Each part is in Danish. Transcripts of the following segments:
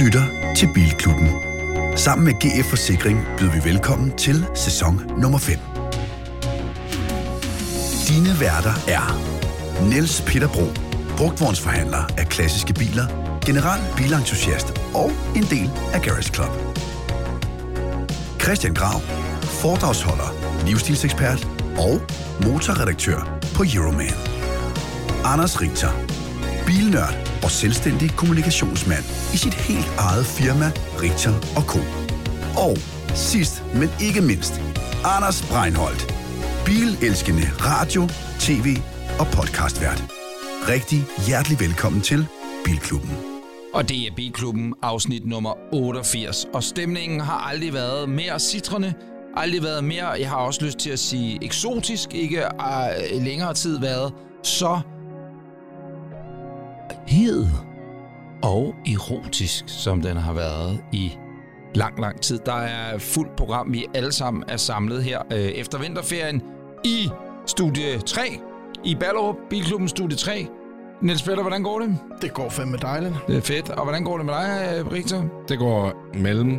lytter til Bilklubben. Sammen med GF Forsikring byder vi velkommen til sæson nummer 5. Dine værter er Niels Peter Bro, brugtvognsforhandler af klassiske biler, general bilentusiast og en del af Garage Club. Christian Grav, foredragsholder, livsstilsekspert og motorredaktør på Euroman. Anders Richter, bilnørd og selvstændig kommunikationsmand i sit helt eget firma Richter & Co. Og sidst, men ikke mindst, Anders Breinholt, bilelskende radio, tv og podcastvært. Rigtig hjertelig velkommen til Bilklubben. Og det er Bilklubben, afsnit nummer 88. Og stemningen har aldrig været mere citrende, aldrig været mere, jeg har også lyst til at sige eksotisk, ikke længere tid været så hed og erotisk, som den har været i lang tid. Der er fuldt program, vi alle sammen er samlet her efter vinterferien i studie 3 i Ballerup, Bilklubben studie 3. Niels Peter, hvordan går det? Det går fandme dejligt. Det er fedt. Og hvordan går det med dig, Richter? Det går mellem.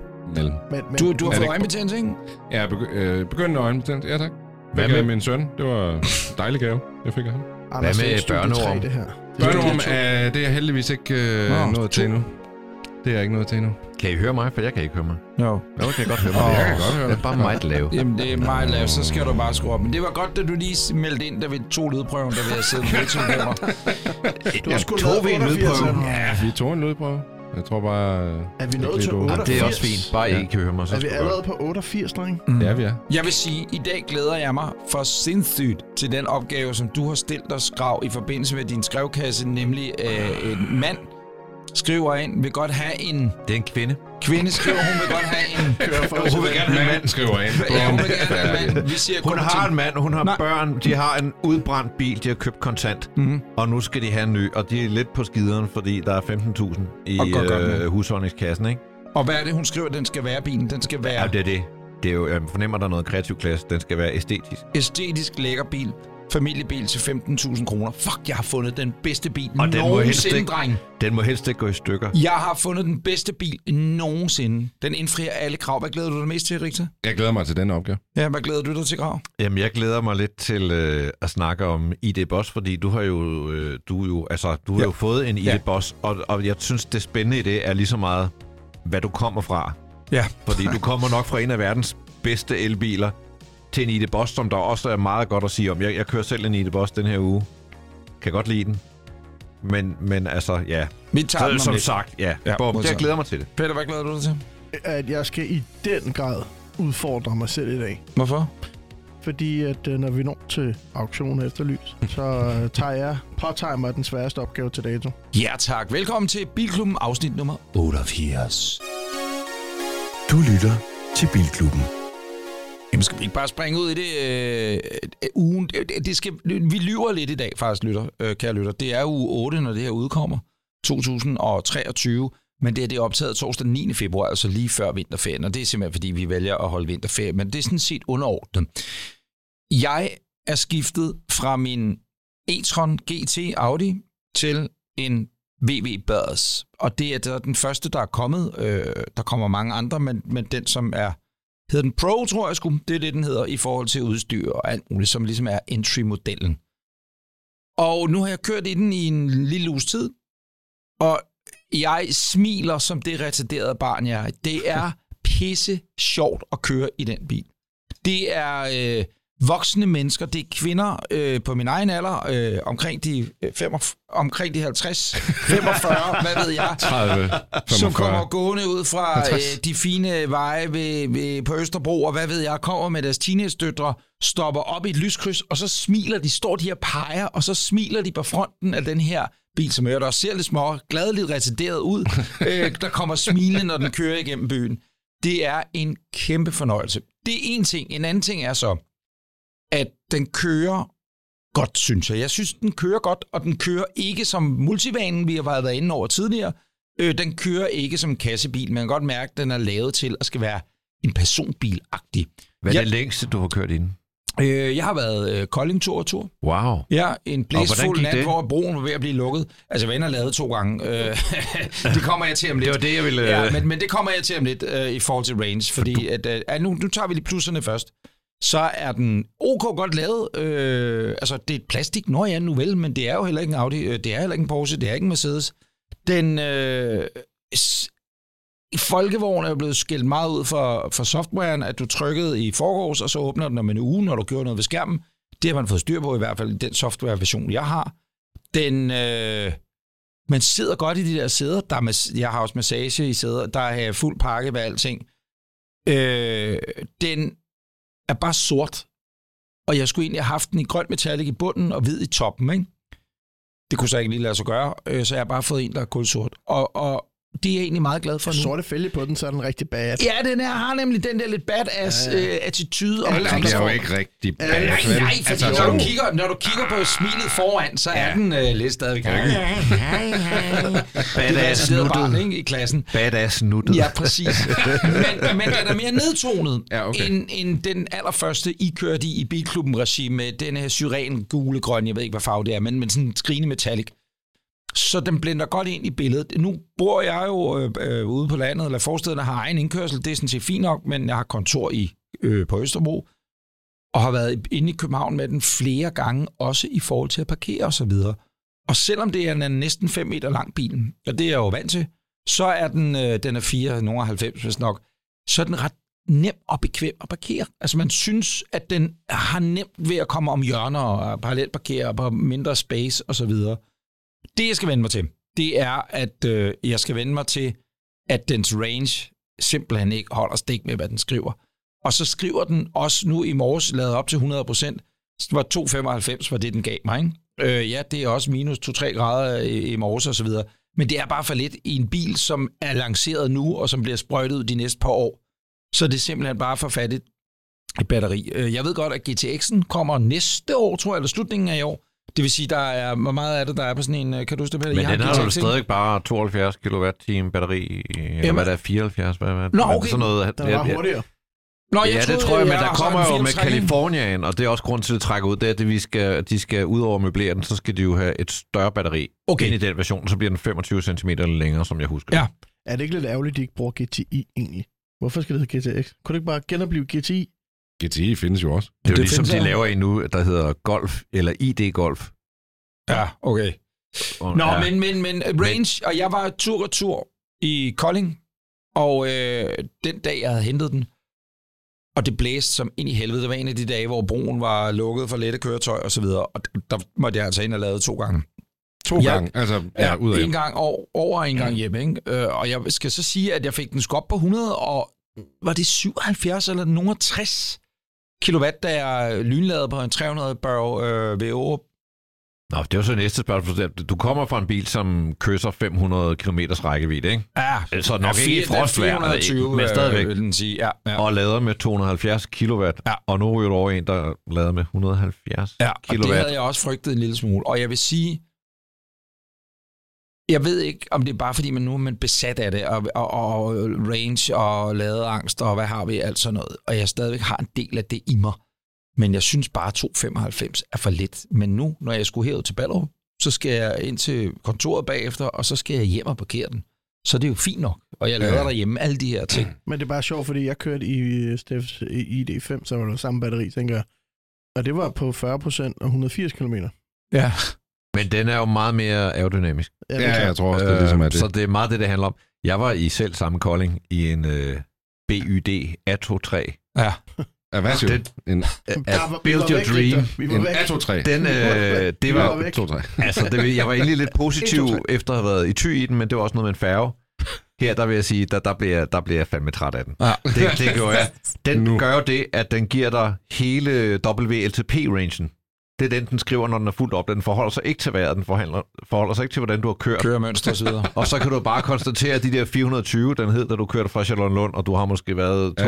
Du har fået øjenbetændelse, ikke? Ja, begyndende øjenbetændelse. Ja, tak. Hvad med min søn? Det var en dejlig gave, jeg fik af ham. Hvad med børneorm? Børneorm, det er jeg heldigvis ikke nået til endnu. Det er jeg ikke nået til endnu. Kan I høre mig? For jeg kan ikke høre mig. Jo, jeg kan godt høre mig. Jeg kan godt høre det. Det er bare meget lav. Jamen, det er meget lavt, så skal du bare skrue op. Men det var godt, at du lige meldte ind, da vi tog lydprøven, da vi havde siddet med telefoner. Du har sgu lavet en lydprøve. Ja, vi tog en lydprøve. Jeg tror bare... Er vi nået til 88? Det er også fint. Bare I kan høre mig. Så er vi allerede på 88, dreng? Ja, vi er. Jeg vil sige, i dag glæder jeg mig for sindssygt til den opgave, som du har stillet os, Grav, i forbindelse med din skrevkasse, nemlig en mand skriver ind, vil godt have en... Det er en kvinde. Kvinde skriver, hun vil godt have en... Hun vil gerne have en mand, skriver ind. Ja, hun vil gerne have en mand. Vi siger, hun har en mand, hun har børn, de har en udbrændt bil, de har købt kontant, og nu skal de have en ny, og de er lidt på skideren, fordi der er 15.000 i husholdningskassen, ikke? Og hvad er det, hun skriver, den skal være, bilen? Den skal være... Ja, det er det. Det er jo, jeg fornemmer, der er noget kreativ klasse. Den skal være æstetisk. Æstetisk lækker bil. Familiebil til 15.000 kroner. Fuck, jeg har fundet den bedste bil og nogensinde, dreng. Den må helst ikke gå i stykker. Jeg har fundet den bedste bil nogensinde. Den indfrier alle krav. Hvad glæder du dig mest til, Richter? Jeg glæder mig til den opgave. Ja, hvad glæder du dig til, Grav? Jamen, jeg glæder mig lidt til at snakke om ID-Boss, fordi du har jo fået en ID-Boss, og jeg synes, det spændende i det er lige så meget, hvad du kommer fra. Ja. Fordi du kommer nok fra en af verdens bedste elbiler til en ID-Boss, som der også er meget godt at sige om. Jeg kører selv en ID-Boss den her uge. Kan godt lide den. Men altså, ja. Vi tager den som lidt. sagt, ja. Jeg glæder mig til det. Peter, hvad glæder du dig til? At jeg skal i den grad udfordre mig selv i dag. Hvorfor? Fordi at når vi når til auktionen efter lys, så påtager mig den sværeste opgave til dato. Ja tak. Velkommen til Bilklubben, afsnit nummer 88. Du lytter til Bilklubben. Jamen, skal vi ikke bare springe ud i det ugen? Vi lyver lidt i dag, faktisk, kære lytter. Det er uge 8, når det her udkommer. 2023. Men det er optaget torsdag 9. februar, altså lige før vinterferien. Og det er simpelthen, fordi vi vælger at holde vinterferie. Men det er sådan set underordnet. Jeg er skiftet fra min e-tron GT Audi til en VW Buzz. Og det er den første, der er kommet. Der kommer mange andre, men den, som hedder den Pro, tror jeg sgu. Det er det, den hedder i forhold til udstyr og alt muligt, som ligesom er entry-modellen. Og nu har jeg kørt i den i en lille uges tid, og jeg smiler som det retarderede barn, jeg er. Det er pisse sjovt at køre i den bil. Det er voksne mennesker, det er kvinder på min egen alder, omkring de 50, 45, hvad ved jeg, 30, som kommer gående ud fra de fine veje på Østerbro, og hvad ved jeg, kommer med deres teenage-døtre, stopper op i et lyskryds, og så smiler de, står de her peger, og så smiler de på fronten af den her bil, som der ser lidt gladeligt retarderet ud, der kommer smilende, når den kører igennem byen. Det er en kæmpe fornøjelse. Det er en ting. En anden ting er så, at den kører godt, synes jeg. Jeg synes, den kører godt, og den kører ikke som multivanen, vi har været inde over tidligere. Den kører ikke som en kassebil. Man kan godt mærke, at den er lavet til at skal være en personbil-agtig. Hvad er det længste, du har kørt inden? Jeg har været Kolding tur. Wow. Ja, en blæsfuld nat, hvor broen var ved at blive lukket. Altså, jeg var inde og lavet 2 gange. Det kommer jeg til om lidt. Det var det, jeg ville... Ja, men det kommer jeg til om lidt i forhold til range, fordi nu tager vi lige plusserne først. Så er den OK godt lavet. Altså, det er et plastik, nu vel, men det er jo heller ikke en Audi, det er heller ikke en Porsche, det er ikke en Mercedes. Den folkevognen er jo blevet skilt meget ud for softwaren, at du trykkede i forgårs, og så åbner den om en uge, når du gjorde noget ved skærmen. Det har man fået styr på, i hvert fald i den softwareversion, jeg har. Man sidder godt i de der sæder. Jeg har også massage i sæder. Der er fuld pakke med alting. Den er bare sort. Og jeg skulle egentlig have haft den i grønt metallic i bunden og hvid i toppen, ikke? Det kunne så ikke lige lade sig gøre, så jeg har bare fået en, der er kulsort. Og det er jeg egentlig meget glad for nu. Sorte fælge på den, så er den rigtig bad. Ja, den har nemlig den der lidt badass attitude. Den er jo ikke rigtig badass. Nej, fordi når du kigger på smilet foran, så er den lidt stadigvæk. Badass nuttet. Ikke, i klassen. Badass nuttet. Ja, præcis. men den er mere nedtonet, end den allerførste, I kørte i bilklubben-regi med den her syren gule-grøn, jeg ved ikke, hvad farve det er, men sådan en skrigende metallic. Så den blender godt ind i billedet. Nu bor jeg jo ude på landet, eller forstederne har egen indkørsel. Det er sådan set fint nok, men jeg har kontor på Østerbro, og har været inde i København med den flere gange, også i forhold til at parkere og så videre. Og selvom det er en næsten 5 meter lang bil, og det er jeg jo vant til, så er den er 4,90 hvis nok, så er den ret nem og bekvem at parkere. Altså man synes, at den har nemt ved at komme om hjørner og parallelparkere på mindre space og så videre. Det, jeg skal vende mig til, det er, at jeg skal vende mig til, at dens range simpelthen ikke holder stik med, hvad den skriver. Og så skriver den også nu i morges, lavet op til 100%. Det var 2,95, var det, den gav mig, ikke? Ja, det er også minus 2-3 grader i morges og så videre. Men det er bare for lidt i en bil, som er lanceret nu, og som bliver sprøjtet ud de næste par år. Så det er simpelthen bare for fattigt et batteri. Jeg ved godt, at GTX'en kommer næste år, tror jeg, eller slutningen af i år. Det vil sige, der er meget af det, der er på sådan en... Kan du huske det? Men den har jo stadig bare 72 kWh batteri, eller hvad der er 74, hvad er det? Nå, okay. Sådan noget, den var hurtigere. Nå, ja, det tror jeg, men der kommer jo med Californien, og det er også grund til at trække ud, det er, at de skal ud over møblere den, så skal de jo have et større batteri ind i den version, så bliver den 25 cm længere, som jeg husker. Ja. Er det ikke lidt ærgerligt, at de ikke bruger GTI egentlig? Hvorfor skal det hedde GTX? Kunne det ikke bare genopleve GTI? GTI findes jo også. Det er jo ligesom, de laver en nu, der hedder Golf, eller ID Golf. Ja, okay. Men range, og jeg var tur i Kolding, og den dag, jeg havde hentet den, og det blæste som ind i helvede. Det var en af de dage, hvor broen var lukket for lette køretøj og så videre, og der måtte jeg altså ind og lave 2 gange. 2 gange? Altså, ud af en gang over og en gang hjem, ikke? Og jeg skal så sige, at jeg fik den skop på 100, og var det 77 eller nogen 60 kilowatt, da jeg lynladede på en 300 børg ved Aarup. Nå, det er jo så næste spørgsmål. Du kommer fra en bil, som kysser 500 km rækkevidde, ikke? Ja. Så nok ikke i frostvejr, men stadigvæk. Vil den sige. Ja. Og lader med 270 kW. Ja. Og nu ryger du over en, der lader med 170 kW. Og det havde jeg også frygtet en lille smule. Og jeg vil sige, jeg ved ikke, om det er bare fordi, nu er man besat af det, og range og ladeangst, og hvad har vi, alt sådan noget. Og jeg stadigvæk har en del af det i mig. Men jeg synes bare, 2,95 er for lidt. Men nu, når jeg skulle herud til Ballerup, så skal jeg ind til kontoret bagefter, og så skal jeg hjem og parkere den. Så det er jo fint nok. Og jeg lader derhjemme alle de her ting. Men det er bare sjovt, fordi jeg kørte i Steffs ID5, så var der samme batteri, tænker jeg. Og det var på 40% og 180 km. Ja. Men den er jo meget mere aerodynamisk. Ja, jeg tror også, det er ligesom det. Så det er meget det handler om. Jeg var i selv samme Kolding i en BYD Atto 3. Ja. Avasio. Build Your Dream. En Atto 3. Det var Atto 3. Altså, jeg var egentlig lidt positiv efter at have været i Thy i den, men det var også noget med en færge. Her, der vil jeg sige, der bliver jeg fandme træt af den. Ja. Det gør jeg. Den gør jo det, at den giver dig hele WLTP-rangen. Det er den skriver, når den er fuldt op. Den forholder sig ikke til vejret, den forholder sig ikke til, hvordan du har kørt. Køremønster og så videre. Og så kan du bare konstatere, at de der 420, den hed, da du kørte fra Charlottenlund, og du har måske været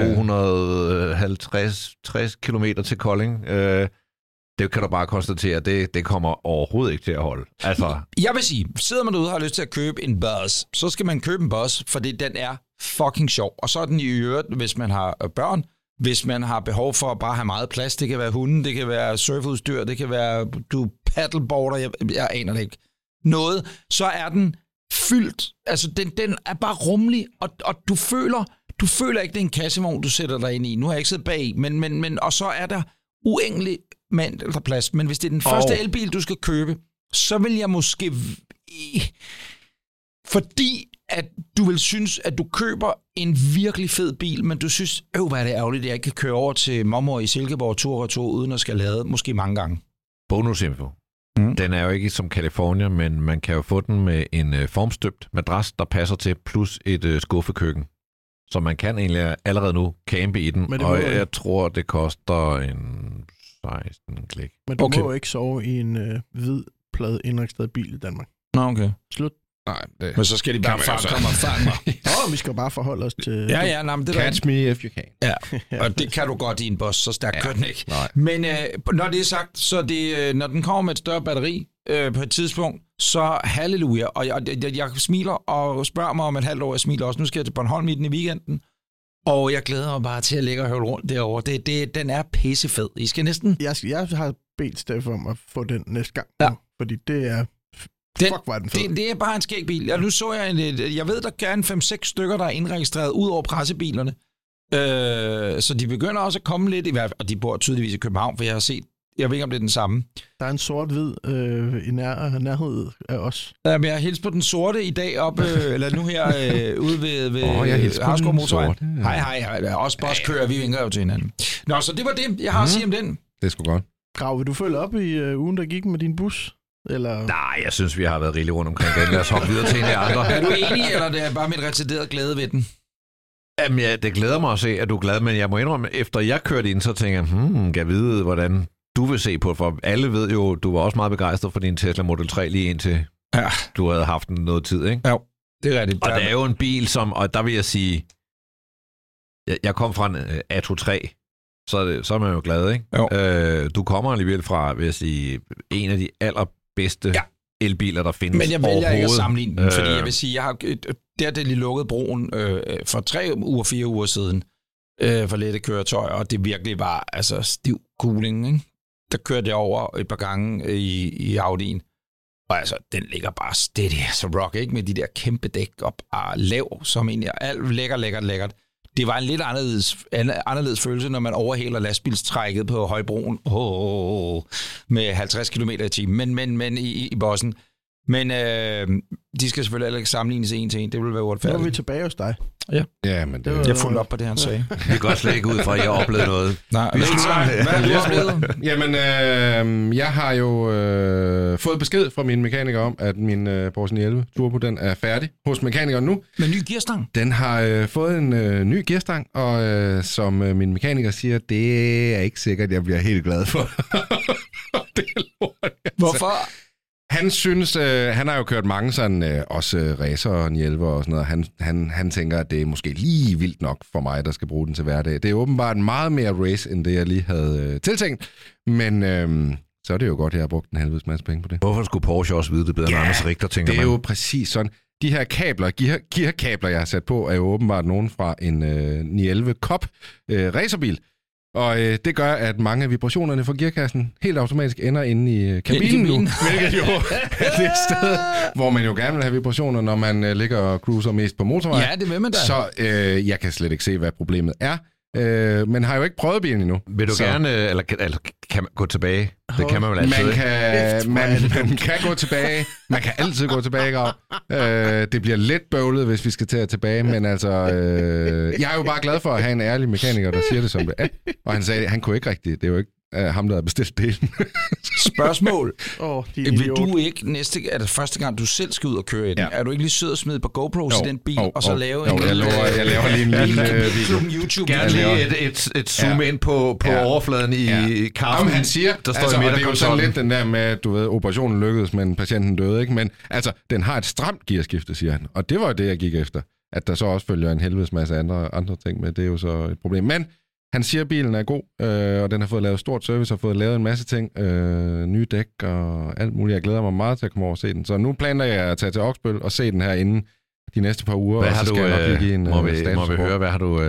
250-60 kilometer til Kolding. Det kan du bare konstatere, det kommer overhovedet ikke til at holde. Altså. Jeg vil sige, sidder man derude og har lyst til at købe en Buzz, så skal man købe en Buzz, fordi den er fucking sjov. Og så er den i øvrigt, hvis man har børn, hvis man har behov for at bare have meget plads. Det kan være hunden, det kan være surfudstyr, det kan være paddleboarder, jeg aner det ikke. Noget, så er den fyldt. Altså, den er bare rummelig, og du føler ikke, det er en kassevogn, du sætter dig ind i. Nu har jeg ikke siddet bag, men og så er der uendelig plads. Men hvis det er den første elbil, du skal købe, så vil jeg måske... Fordi at du vil synes, at du køber en virkelig fed bil, men du synes, hvad er det ærgerligt, at jeg ikke kan køre over til mormor i Silkeborg tur uden at skal lade måske mange gange. Bonusinfo. Den er jo ikke som California, men man kan jo få den med en formstøbt madras, der passer til, plus et skuffekøkken. Så man kan egentlig allerede nu campe i den, og jeg tror, det koster en 16 klik. Men du må jo ikke sove i en hvid plade indregistreret bil i Danmark. Nå, okay. Slut. Nej, det... Men så skal de bare komme og fange mig. Vi skal bare forholde os til... Ja, nej, men det Catch me if you can. Ja, og det kan du godt i en Boss, så stærkt kører den ikke. Nej. Men når det er sagt, så det, når den kommer med et større batteri på et tidspunkt, så halleluja. Og jeg smiler og spørger mig om et halvt år, jeg smiler også. Nu skal jeg til Bornholm i weekenden, og jeg glæder mig bare til at ligge og høre rundt derovre. Den er pissefed. I skal næsten... Jeg har bedt Steffen om at få den næste gang, nu, fordi det er... Fuck, var den fed. Det er bare en skæg bil. Nu så jeg jeg ved, der er en 5-6 stykker, der er indregistreret ud over pressebilerne. Så de begynder også at komme lidt, i hvert fald, og de bor tydeligvis i København, for jeg ved ikke, om det er den samme. Der er en sort-hvid i nærhed af os. Jeg har hilst på den sorte i dag op, eller nu her ude ved Harsgaard Motorvejen. Hej. Også Boss kører, vi vinker jo til hinanden. Nå, så det var det, jeg har at sige om den. Det er sgu godt. Grav, vil du følge op i ugen, der gik med din bus? Eller? Nej, jeg synes, vi har været rigeligt rundt omkring den. Lad os hoppe videre til en af andre. Er du enig, eller det er bare mit retarderede glæde ved den? Jamen, ja, det glæder mig at se, at du er glad, men jeg må indrømme, efter jeg kørte ind, så tænker jeg, kan jeg vide, hvordan du vil se på det, for alle ved jo, du var også meget begejstret for din Tesla Model 3 lige indtil du havde haft den noget tid, ikke? Ja, det er rigtigt. Og det er jo en bil, og der vil jeg sige, jeg kom fra en Atto 3, så er man jo glad, ikke? Du kommer alligevel fra, vil jeg sige, en af de allerbedste elbiler, der findes. Men jeg vælger ikke at sammenligne den, fordi jeg vil sige, jeg har det lige lukket broen for 4 uger siden for lette køretøjer, og det virkelig var altså stiv cooling, ikke? Der kørte jeg over et par gange i Audi'en, og altså, den ligger bare steady, så rock, ikke? Med de der kæmpe dæk op og lav, som egentlig er alt lækkert. Det var en lidt anderledes følelse, når man overhælder lastbilstrækket på Højbroen med 50 km/t. Men i bossen. Men de skal selvfølgelig heller ikke sammenlignes en til en. Det vil være uretfærdigt. Nu er vi tilbage hos dig. Ja, men det var... Jeg fulgte op på det, han sagde. Vi går slet ikke ud fra, at jeg oplevede noget. Nej, hvad har du oplevet? Jamen, jeg har jo fået besked fra min mekaniker om, at min Porsche 911 Turbo, den er færdig hos mekanikeren nu. Med ny gearstang? Den har fået en ny gearstang, og som min mekaniker siger, det er ikke sikkert, jeg bliver helt glad for. Det er lort. Hvorfor? Han synes, han har jo kørt mange sådan, også racer og 911 og sådan noget. Han tænker, at det er måske lige vildt nok for mig, der skal bruge den til hverdag. Det er åbenbart meget mere race, end det jeg lige havde tiltænkt. Men så er det jo godt, at jeg har brugt en helvedes masse penge på det. Hvorfor skulle Porsche også vide det bedre end Anders Richter, tænker man? Det er jo præcis sådan. De her kabler, gearkabler, jeg har sat på, er jo åbenbart nogen fra en 911 Cup racerbil. Og det gør, at mange af vibrationerne fra gearkassen helt automatisk ender inde i kabinen nu. Hvilket jo er det sted, hvor man jo gerne vil have vibrationer, når man ligger og cruiser mest på motorvejen. Ja, det vil man da. Så jeg kan slet ikke se, hvad problemet er. Men har jo ikke prøvet bilen endnu. Vil du gerne, eller kan man gå tilbage? Det kan man vel altid. Man kan gå tilbage. Man kan altid gå tilbage, Grav. Det bliver lidt bøvlet, hvis vi skal tilbage, men altså... jeg er jo bare glad for at have en ærlig mekaniker, der siger det, som det er. Og han sagde, han kunne ikke rigtigt. Det er jo ikke ham, der har bestilt delen. Spørgsmål. Vil du ikke er det første gang, du selv skal ud og køre i den? Er du ikke lige sød at smide på GoPro i den bil, og så lave en... jeg laver lige en lille video. YouTube. Gerne lige et zoom ind på overfladen i kaffen. Han siger, der står altså, det er jo sådan lidt den der med, at du ved, operationen lykkedes, men patienten døde, ikke? Men altså, den har et stramt gearskifte, siger han. Og det var det, jeg gik efter. At der så også følger en helvedes masse andre ting med, det er jo så et problem. Men han siger, at bilen er god, og den har fået lavet stort service, og fået lavet en masse ting, nye dæk og alt muligt. Jeg glæder mig meget til at komme over og se den. Så nu planlægger jeg at tage til Oksbøl og se den her inden de næste par uger. Hvad har du, må vi høre, hvad har du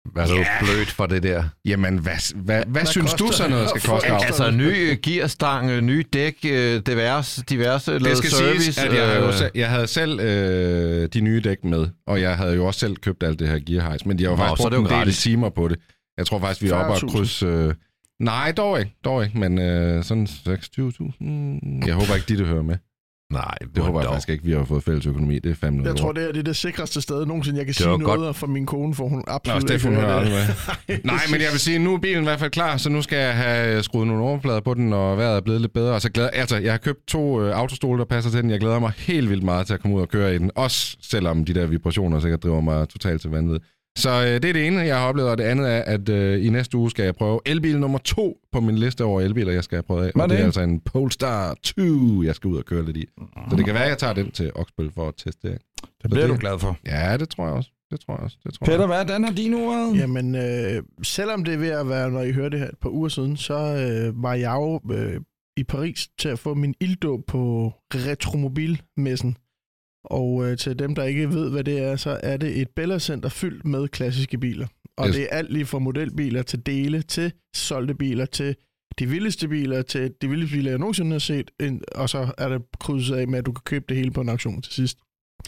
Hvad er du blødt for det der? Jamen, hvad synes du så noget skal koste? Altså, ny gearstang, ny dæk, diverse det skal service. Siges, at jeg havde selv de nye dæk med, og jeg havde jo også selv købt alt det her gearhejs, men de har jo faktisk brugt en del timer på det. Jeg tror faktisk, vi er oppe og krydse... nej, dog ikke, men sådan 26.000. Jeg håber ikke, de hører med. Nej, det håber jeg faktisk ikke, vi har fået fælles økonomi. Det er fandme jeg tror, det er det sikreste sted nogensinde, jeg kan sige noget for min kone, for hun absolut ikke hører det. Nej, men jeg vil sige, nu er bilen i hvert fald klar, så nu skal jeg have skruet nogle overflader på den, og vejret er blevet lidt bedre. Og så jeg har købt 2 autostole, der passer til den. Jeg glæder mig helt vildt meget til at komme ud og køre i den. Også selvom de der vibrationer sikkert driver mig totalt til vanvid. Så det er det ene, jeg har oplevet, og det andet er, at i næste uge skal jeg prøve elbil nummer 2 på min liste over elbiler, jeg skal have prøvet af. Og det er altså en Polestar 2, jeg skal ud og køre lidt i. Så det kan være, at jeg tager den til Oksbøl for at teste det. Det bliver du glad for. Ja, det tror jeg også. Peter, hvordan har din uge været? Jamen, selvom det er ved at være, når I hører det her et par uger siden, så var jeg jo i Paris til at få min ilddåb på Retromobil-messen. Og til dem, der ikke ved, hvad det er, så er det et Bella-center fyldt med klassiske biler. Og det er alt lige fra modelbiler til dele, til solgte biler, til de vildeste biler, til de vildeste biler, jeg nogensinde har set. Og så er det krydset af med, at du kan købe det hele på en auktion til sidst.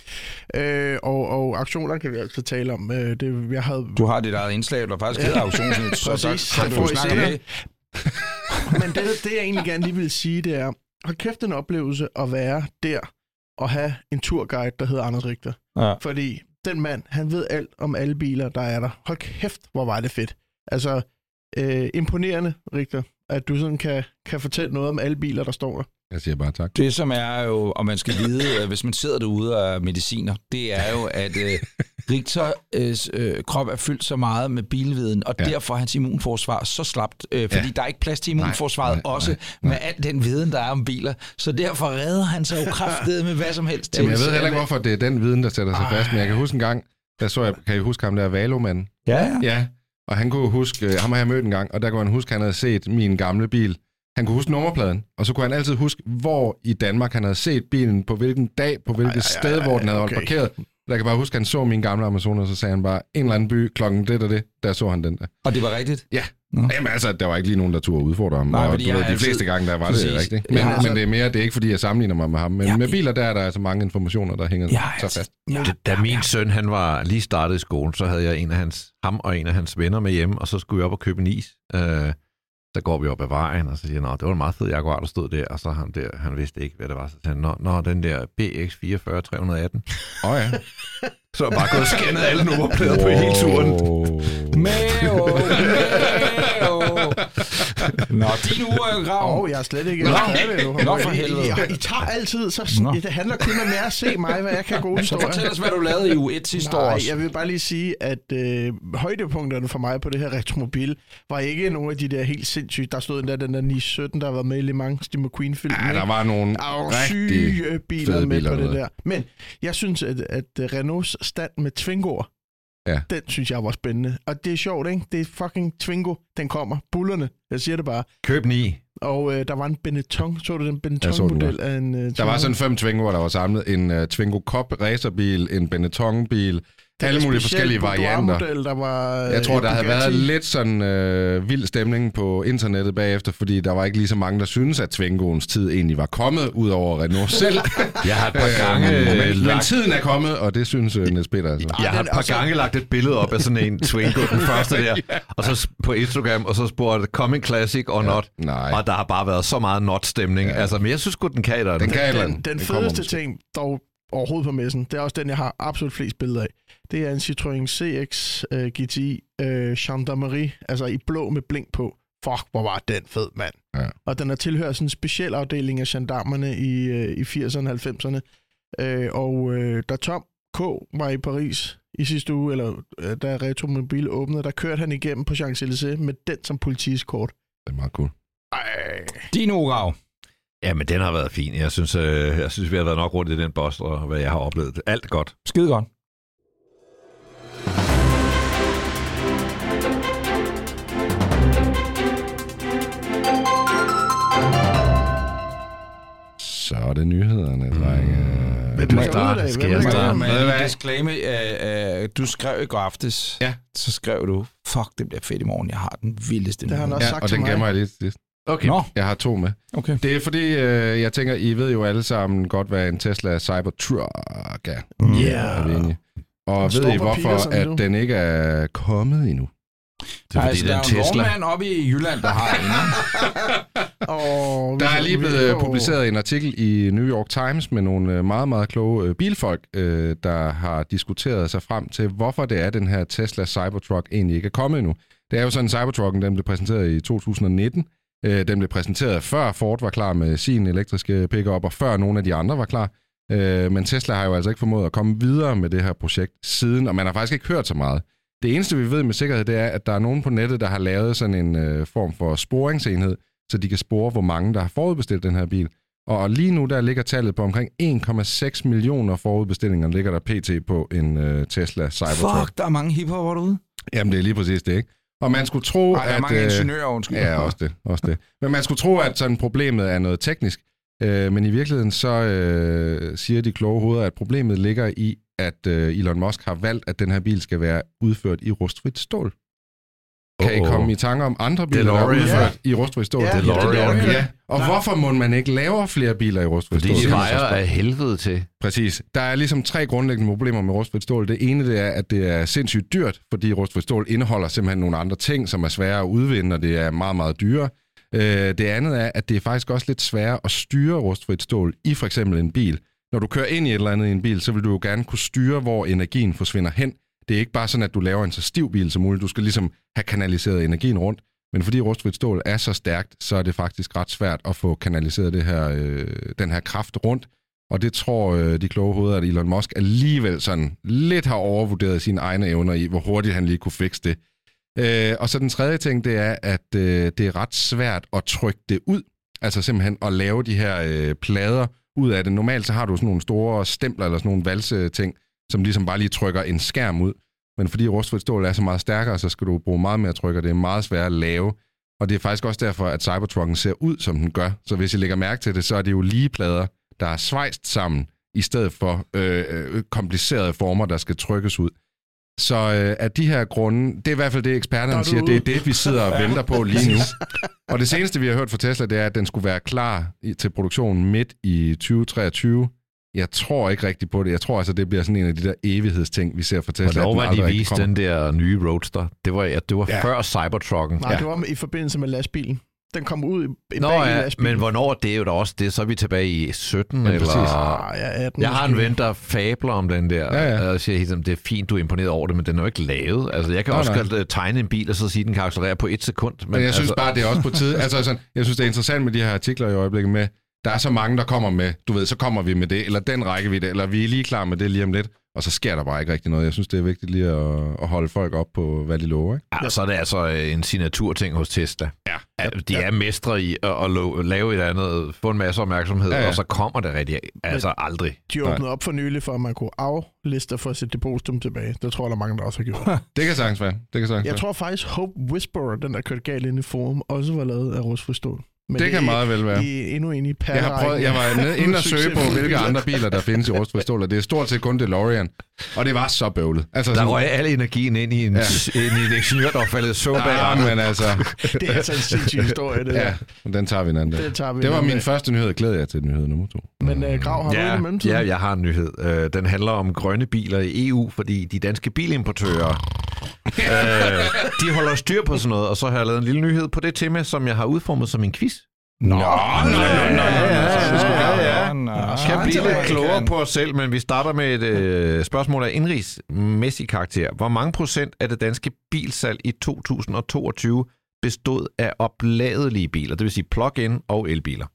Og auktioner kan vi altså tale om. Du har dit eget indslag, der faktisk hedder auktionsnyt, så kan du snakke med. Men det, jeg egentlig gerne lige vil sige, det er, hold kæft en oplevelse at være der og have en turguide, der hedder Anders Richter. Ja. Fordi den mand, han ved alt om alle biler, der er der. Hold kæft, hvor var det fedt. Altså, imponerende, Richter, at du sådan kan fortælle noget om alle biler, der står der. Jeg siger bare tak. Det, som er jo, og man skal vide, hvis man sidder derude og mediciner, det er jo, at Richters krop er fyldt så meget med bilviden, og derfor er hans immunforsvar så slapt, fordi der er ikke plads til immunforsvaret nej. Med al den viden, der er om biler. Så derfor redder han sig jo kraftedet med hvad som helst. Jamen, jeg ved heller ikke, hvorfor det er den viden, der sætter sig fast, men jeg kan huske en gang, kan I huske ham der Valo-manden? Ja. Og han kunne huske, ham har jeg mødt en gang, og der kunne han huske, at han havde set min gamle bil. Han kunne huske nummerpladen, og så kunne han altid huske, hvor i Danmark han havde set bilen, på hvilken dag, på hvilket sted, hvor den havde holdt parkeret. Jeg kan bare huske, at han så min gamle Amazon, og så sagde han bare, en eller anden by, klokken det og det, der så han den der. Og det var rigtigt? Ja. Jamen altså, der var ikke lige nogen, der turde udfordre ham. Nej, og de fleste gange, der var det rigtigt. Men det er mere, det er ikke fordi, jeg sammenligner mig med ham. Men med biler, der er der altså mange informationer, der hænger så fast. Da min søn, han var lige startet i skolen, så havde jeg ham og en af hans venner med hjemme, og så skulle jeg op og købe en is. Så går vi op ad vejen, og så siger han, det var en meget fed Jaguar, der stod der, og så han vidste ikke, hvad det var. Så sagde han, den der BX 44 318. Ja. Så bare gået og scannet alle nummerplader på hele turen. Nå, din uge er jo grav. Jeg er slet ikke... Nå, for helvede. I tager altid, så det handler kun om mere at se mig, hvad jeg kan gode historier. Fortæl os, hvad du lavede i uge 1 sidste år. Jeg vil bare lige sige, at højdepunkterne for mig på det her Retromobil var ikke nogle af de der helt sindssyge. Der stod den der 917, der var med i Le Mans, Steve McQueen-film. Ja, der var nogle syge biler med på det der. Men jeg synes, at Renaults stand med Twingo'er, den synes jeg var spændende. Og det er sjovt, ikke? Det er fucking Twingo, den kommer. Bullerne, jeg siger det bare. Køb 9. Og der var en Benetton, så du den Benetton-model af en Twingo? Der var sådan 5 Twingo'er, der var samlet. En Twingo Cup racerbil, en Benetton-bil, alle mulige forskellige varianter. Der var jeg tror, der havde været lidt sådan vild stemning på internettet bagefter, fordi der var ikke lige så mange, der synes at Twingoens tid egentlig var kommet, ud over Renault selv. Jeg har et par gange... men tiden er kommet, og det synes Niels Peter altså. Jeg har et par gange lagt et billede op af sådan en Twingo, den første der, og så på Instagram, og så spurgte Coming Classic or not, og der har bare været så meget not-stemning. Altså, men jeg synes godt den kan et eller andet. Den fedeste ting, dog overhovedet på messen, det er også den, jeg har absolut flest billeder af. Det er en Citroën CX GTI Gendarmerie, altså i blå med blink på. Fuck, hvor var den fed, mand. Ja. Og den har tilhørt sådan en speciel afdeling af gendarmerne i 80'erne og 90'erne. Da Tom K. var i Paris i sidste uge, eller da Retromobil åbnede, der kørte han igennem på Champs-Élysées med den som politieskort. Det er meget cool. Din uge. Ja, men den har været fin. Jeg synes, vi har været nok rundt i den boss, og hvad jeg har oplevet. Alt godt. Skide godt. Så er det nyhederne, drenge. Du skrev i går aftes, så skrev du, fuck, det bliver fedt i morgen, jeg har den vildeste. Det har han også sagt og til den mig. gemmer jeg lige til sidst. Okay. Jeg har 2 med. Okay. Det er fordi, jeg tænker, I ved jo alle sammen godt, hvad en Tesla Cybertruck er. Yeah. Og ved I, hvorfor at den ikke er kommet endnu? Det er fordi, der er en vognmand oppe i Jylland, der har en. Der er lige blevet publiceret en artikel i New York Times med nogle meget, meget kloge bilfolk, der har diskuteret sig frem til, hvorfor det er, den her Tesla Cybertruck egentlig ikke er kommet endnu. Det er jo sådan, Cybertrucken den blev præsenteret i 2019. Den blev præsenteret før Ford var klar med sin elektriske pickup, og før nogle af de andre var klar. Men Tesla har jo altså ikke formået at komme videre med det her projekt siden, og man har faktisk ikke hørt så meget. Det eneste, vi ved med sikkerhed, det er, at der er nogen på nettet, der har lavet sådan en form for sporingsenhed, så de kan spore, hvor mange, der har forudbestilt den her bil. Og lige nu, der ligger tallet på omkring 1,6 millioner forudbestillinger, ligger der pt. På en Tesla Cybertruck. Fuck, der er mange hiphopper derude. Jamen, det er lige præcis det, ikke? Og man skulle tro, der er mange ingeniører, undskyld. Ja, også det. Men man skulle tro, at sådan problemet er noget teknisk. Men i virkeligheden, så siger de kloge hoveder, at problemet ligger i, at Elon Musk har valgt, at den her bil skal være udført i rustfrit stål. Kan I komme i tanker om andre biler, der er udført i rustfrit stål? Ja. Og hvorfor må man ikke lave flere biler i rustfrit stål? Fordi de vejer af helvede til. Præcis. Der er ligesom 3 grundlæggende problemer med rustfrit stål. Det ene, det er, at det er sindssygt dyrt, fordi rustfrit stål indeholder simpelthen nogle andre ting, som er svære at udvinde, og det er meget, meget dyrere. Det andet er, at det er faktisk også lidt sværere at styre rustfrit stål i for eksempel en bil. Når du kører ind i et eller andet i en bil, så vil du jo gerne kunne styre, hvor energien forsvinder hen. Det er ikke bare sådan, at du laver en så stiv bil som muligt. Du skal ligesom have kanaliseret energien rundt. Men fordi rustfrit stål er så stærkt, så er det faktisk ret svært at få kanaliseret den her kraft rundt. Og det tror de kloge hoveder, at Elon Musk alligevel sådan lidt har overvurderet sine egne evner i, hvor hurtigt han lige kunne fikse det. Og så den tredje ting, det er, at det er ret svært at trykke det ud. Altså simpelthen at lave de her plader ud af det. Normalt så har du sådan nogle store stempler eller sådan nogle valseting, som ligesom bare lige trykker en skærm ud. Men fordi rustfrit stål er så meget stærkere, så skal du bruge meget mere tryk, og det er meget sværere at lave. Og det er faktisk også derfor, at Cybertrucken ser ud, som den gør. Så hvis I lægger mærke til det, så er det jo lige plader, der er svejst sammen, i stedet for komplicerede former, der skal trykkes ud. Så at de her grunde, det er i hvert fald det, eksperterne siger, det er det, vi sidder og venter på lige nu. Og det seneste, vi har hørt fra Tesla, det er, at den skulle være klar til produktion midt i 2023. Jeg tror ikke rigtigt på det. Jeg tror altså, det bliver sådan en af de der evighedsting, vi ser fra Tesla. Hvornår var de viste den der nye Roadster? Det var før Cybertrucken. Nej, det var i forbindelse med lastbilen. Den kom ud i lastbilen. Men hvornår, det er jo da også det, så er vi tilbage i 17 eller... Præcis. 18 jeg har en ven, der fabler om den der. Og siger helt, det er fint, du er imponeret over det, men den er jo ikke lavet. Altså, jeg kan også tegne en bil, og så sige, at den kan accelerere på 1 sekund. Men jeg synes bare, det er også på tide. Altså, sådan, jeg synes, det er interessant med de her artikler i øjeblikket med, der er så mange, der kommer med, du ved, så kommer vi med det, eller den rækkevidde, eller vi er lige klar med det lige om lidt, og så sker der bare ikke rigtig noget. Jeg synes, det er vigtigt lige at holde folk op på, hvad de lover, ikke? Ja, så er det altså en signaturting hos Tesla. Ja. De er mestre i at lave et andet, få en masse opmærksomhed, og så kommer det rigtig aldrig. De åbnede op for nylig, for at man kunne afliste for sit depositum tilbage. Det tror jeg, der er mange, der også har gjort. Det kan sagtens være. Jeg tror faktisk, Hope Whisperer, den der kørte galt ind i forum, også var lavet af rustfrit stål. Men det kan meget vel være. Endnu en i jeg var inde og søge på, hvilke andre biler, der findes i rustfrit stål, og det er stort set kun DeLorean. Og det var så bøvlet. Altså, der røg al energien ind i en ingeniør, der faldet så bag. Men altså... det er altså en sindssyg historie, det ja, den tager vi en anden dag. Det var min første nyhed. Glæder jeg til nyhed nummer 2. Men Grav, har du en i mellemtiden? Ja, jeg har en nyhed. Den handler om grønne biler i EU, fordi de danske bilimportører, de holder styr på sådan noget, og så har jeg lavet en lille nyhed på det tema, som jeg har udformet som en quiz. Nå. Kan blive lidt klogere på os selv, men vi starter med et spørgsmål af indrigsmæssig karakter. Hvor mange procent af det danske bilsalg i 2022 bestod af opladelige biler, det vil sige plug-in og elbiler?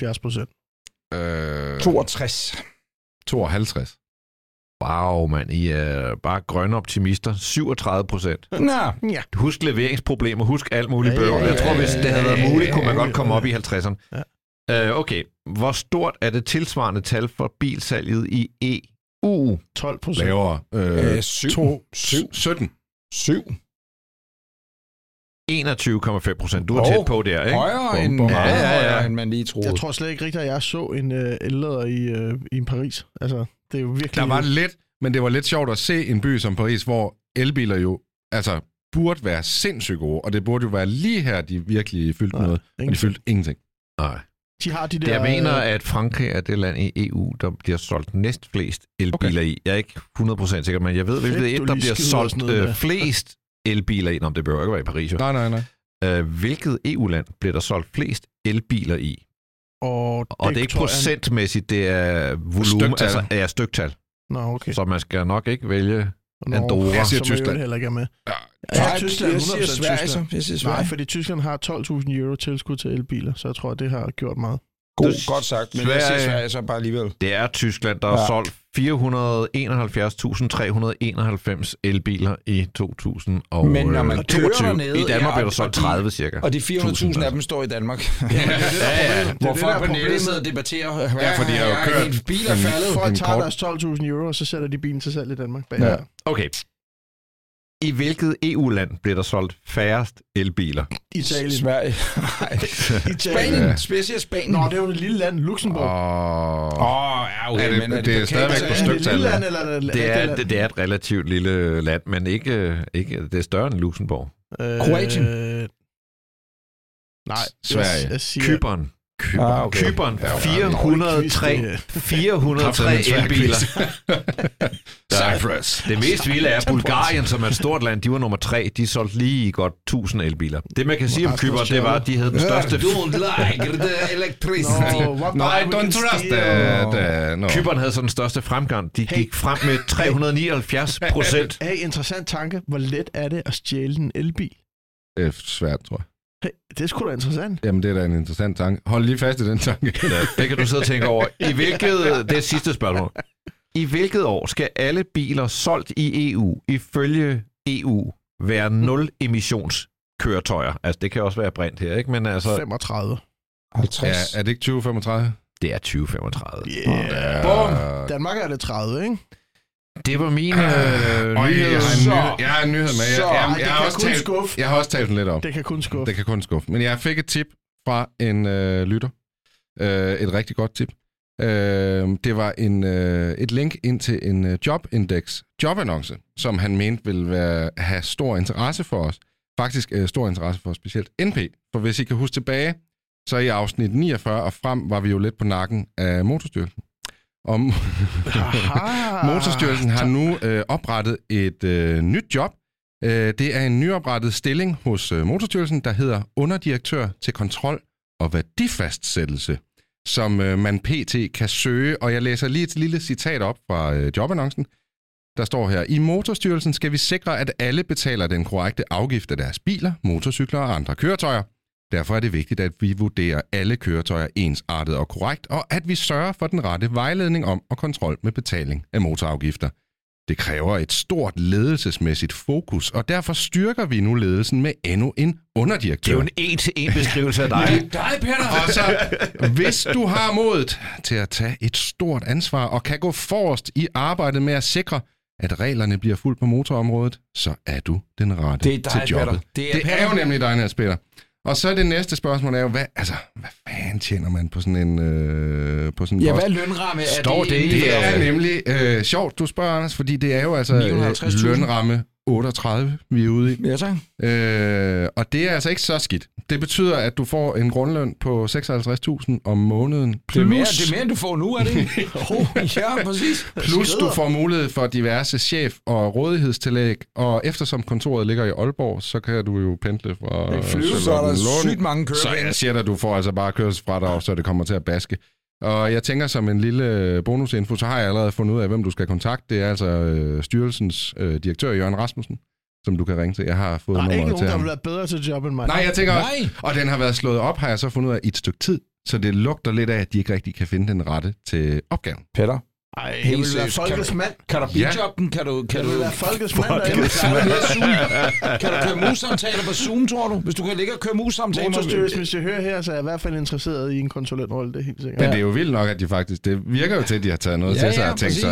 72%. 62. 52. Wow, mand. I er bare grønne optimister. 37%. Nå. Ja. Husk leveringsproblemer. Husk alt muligt bøvl. Jeg tror, hvis det havde været muligt, kunne man godt komme op i 50'erne. Ja. Okay. Hvor stort er det tilsvarende tal for bilsalget i EU? 12%. Lavere. 17. 7. 21,5%. Du er tæt på der, ikke? Højere end man lige troede. Jeg tror slet ikke rigtigt, at jeg så en ellader i Paris. Altså, det er jo virkelig... Der var lidt, men det var lidt sjovt at se en by som Paris, hvor elbiler jo altså burde være sindssygt gode, og det burde jo være lige her, de virkelig fyldte noget, og de fyldte ingenting. Nej. De har de der... Jeg mener, at Frankrig er det land i EU, der bliver solgt næstflest elbiler i. Jeg er ikke 100% sikker, men jeg ved, hvilket et, der bliver solgt flest elbiler i. Nå, det behøver ikke være i Paris, jo. Nej. Hvilket EU-land bliver der solgt flest elbiler i? Og det er ikke procentmæssigt, det er volumen, altså styktal. Nå, okay. Så man skal nok ikke vælge Andorra. Jeg siger Tyskland. Heller ikke er med. Tyskland, jeg siger Sverige. Nej, fordi Tyskland har 12.000 euro tilskud til elbiler, så jeg tror, det har gjort meget. Godt sagt, men jeg siger Sverige så bare alligevel. Det er Tyskland, der har solgt 471.391 elbiler i 2022. Men når man kører dernede... I Danmark bliver der solgt 30 cirka. Og de 400.000 af dem står i Danmark. Ja. Hvor folk på nettet sidder og debatterer. Ja, for de har jo kørt... Biler faldet. Folk tager deres 12.000 euro, og så sætter de bilen til salg i Danmark. Ja. Okay. I hvilket EU-land bliver der solgt færrest elbiler? Italien. Sverige. Spanien. Specielt Spanien. Nå, det er jo et lille land. Luxembourg. Okay, det er stadigvæk på styktallet. Det er et relativt lille land, men ikke det er større end Luxembourg. Kroatien. Nej. Sverige. Cypern. Cypern. 403 elbiler. Cyprus. Det mest vilde er Bulgarien, som er et stort land. De var nummer 3. De solgte lige godt 1000 elbiler. Det man kan sige om Cypern, det var, at de havde den største... Don't like the electricity. No, I don't trust that. Cypern havde så den største fremgang. De gik frem med 379%. Hey, interessant tanke. Hvor let er det at stjæle en elbil? Det er svært, tror jeg. Hey, det er sgu da interessant. Jamen, det er da en interessant tanke. Hold lige fast i den tanke. Det kan du sidde og tænke over. Det er sidste spørgsmål. I hvilket år skal alle biler solgt i EU ifølge EU være nul-emissionskøretøjer? Altså, det kan også være brint her, ikke? Men altså... 35. 50. Ja, er det ikke 2035? Det er 2035. Yeah. Bum. Danmark er det 30, ikke? Det var mine nyheder. Jeg har en nyhed med. Jeg har også talt lidt om. Det kan kun skuffe. Det kan kun skuffe. Men jeg fik et tip fra en lytter. Et rigtig godt tip. Det var et link ind til en jobannonce, som han mente ville have stor interesse for os. Faktisk stor interesse for specielt NP. For hvis I kan huske tilbage, så i afsnit 49 og frem var vi jo lidt på nakken af Motorstyrelsen. Og Motorstyrelsen har nu oprettet et nyt job. Det er en nyoprettet stilling hos Motorstyrelsen, der hedder underdirektør til kontrol og værdifastsættelse, som man pt. Kan søge. Og jeg læser lige et lille citat op fra jobannoncen. Der står her: I Motorstyrelsen skal vi sikre, at alle betaler den korrekte afgift af deres biler, motorcykler og andre køretøjer. Derfor er det vigtigt, at vi vurderer alle køretøjer ensartet og korrekt, og at vi sørger for den rette vejledning om og kontrol med betaling af motorafgifter. Det kræver et stort ledelsesmæssigt fokus, og derfor styrker vi nu ledelsen med endnu en underdirektør. Det er jo en en-til-en beskrivelse af dig. Peter! Og så, hvis du har modet til at tage et stort ansvar og kan gå forrest i arbejdet med at sikre, at reglerne bliver fuldt på motorområdet, så er du den rette til jobbet. Det er jo nemlig dig, Niels Peter. Og så det næste spørgsmål er jo, hvad fanden tjener man på sådan en post? Hvad lønramme er står det? Det er nemlig sjovt, du spørger, Anders, fordi det er jo altså lønramme 38, vi er ude i. Ja, tak. Og det er altså ikke så skidt. Det betyder, at du får en grundløn på 56.000 om måneden. Det er mere, end du får nu, er det ikke? Ja, præcis. Plus du får mulighed for diverse chef- og rådighedstillæg, og eftersom kontoret ligger i Aalborg, så kan du jo pendle fra... Så er der sygt mange kørebaner. Så jeg siger dig, du får altså bare kørselsfradrag, så det kommer til at baske. Og jeg tænker, som en lille bonusinfo, så har jeg allerede fundet ud af, hvem du skal kontakte. Det er altså styrelsens direktør, Jørgen Rasmussen, som du kan ringe til. Jeg har fået nummeret til ham. Der er ikke nogen, der vil være bedre til job end mig. Nej, jeg tænker også. Og den har været slået op, har jeg så fundet ud af, i et stykke tid. Så det lugter lidt af, at de ikke rigtig kan finde den rette til opgaven. Peter? Ej, det vil være folkets mand. Kan du bijobben? Kan du være folkets mand? Kan du køre mus-samtaler på Zoom, tror du? Hvis du kan ligge og køre mus-samtaler. Motorstyrelsen, hvis jeg hører her, så er jeg i hvert fald interesseret i en konsulentrolle, det er helt sikkert. Men det er jo vildt nok, at de faktisk... Det virker jo til, at de har taget noget til sig og tænkt sådan...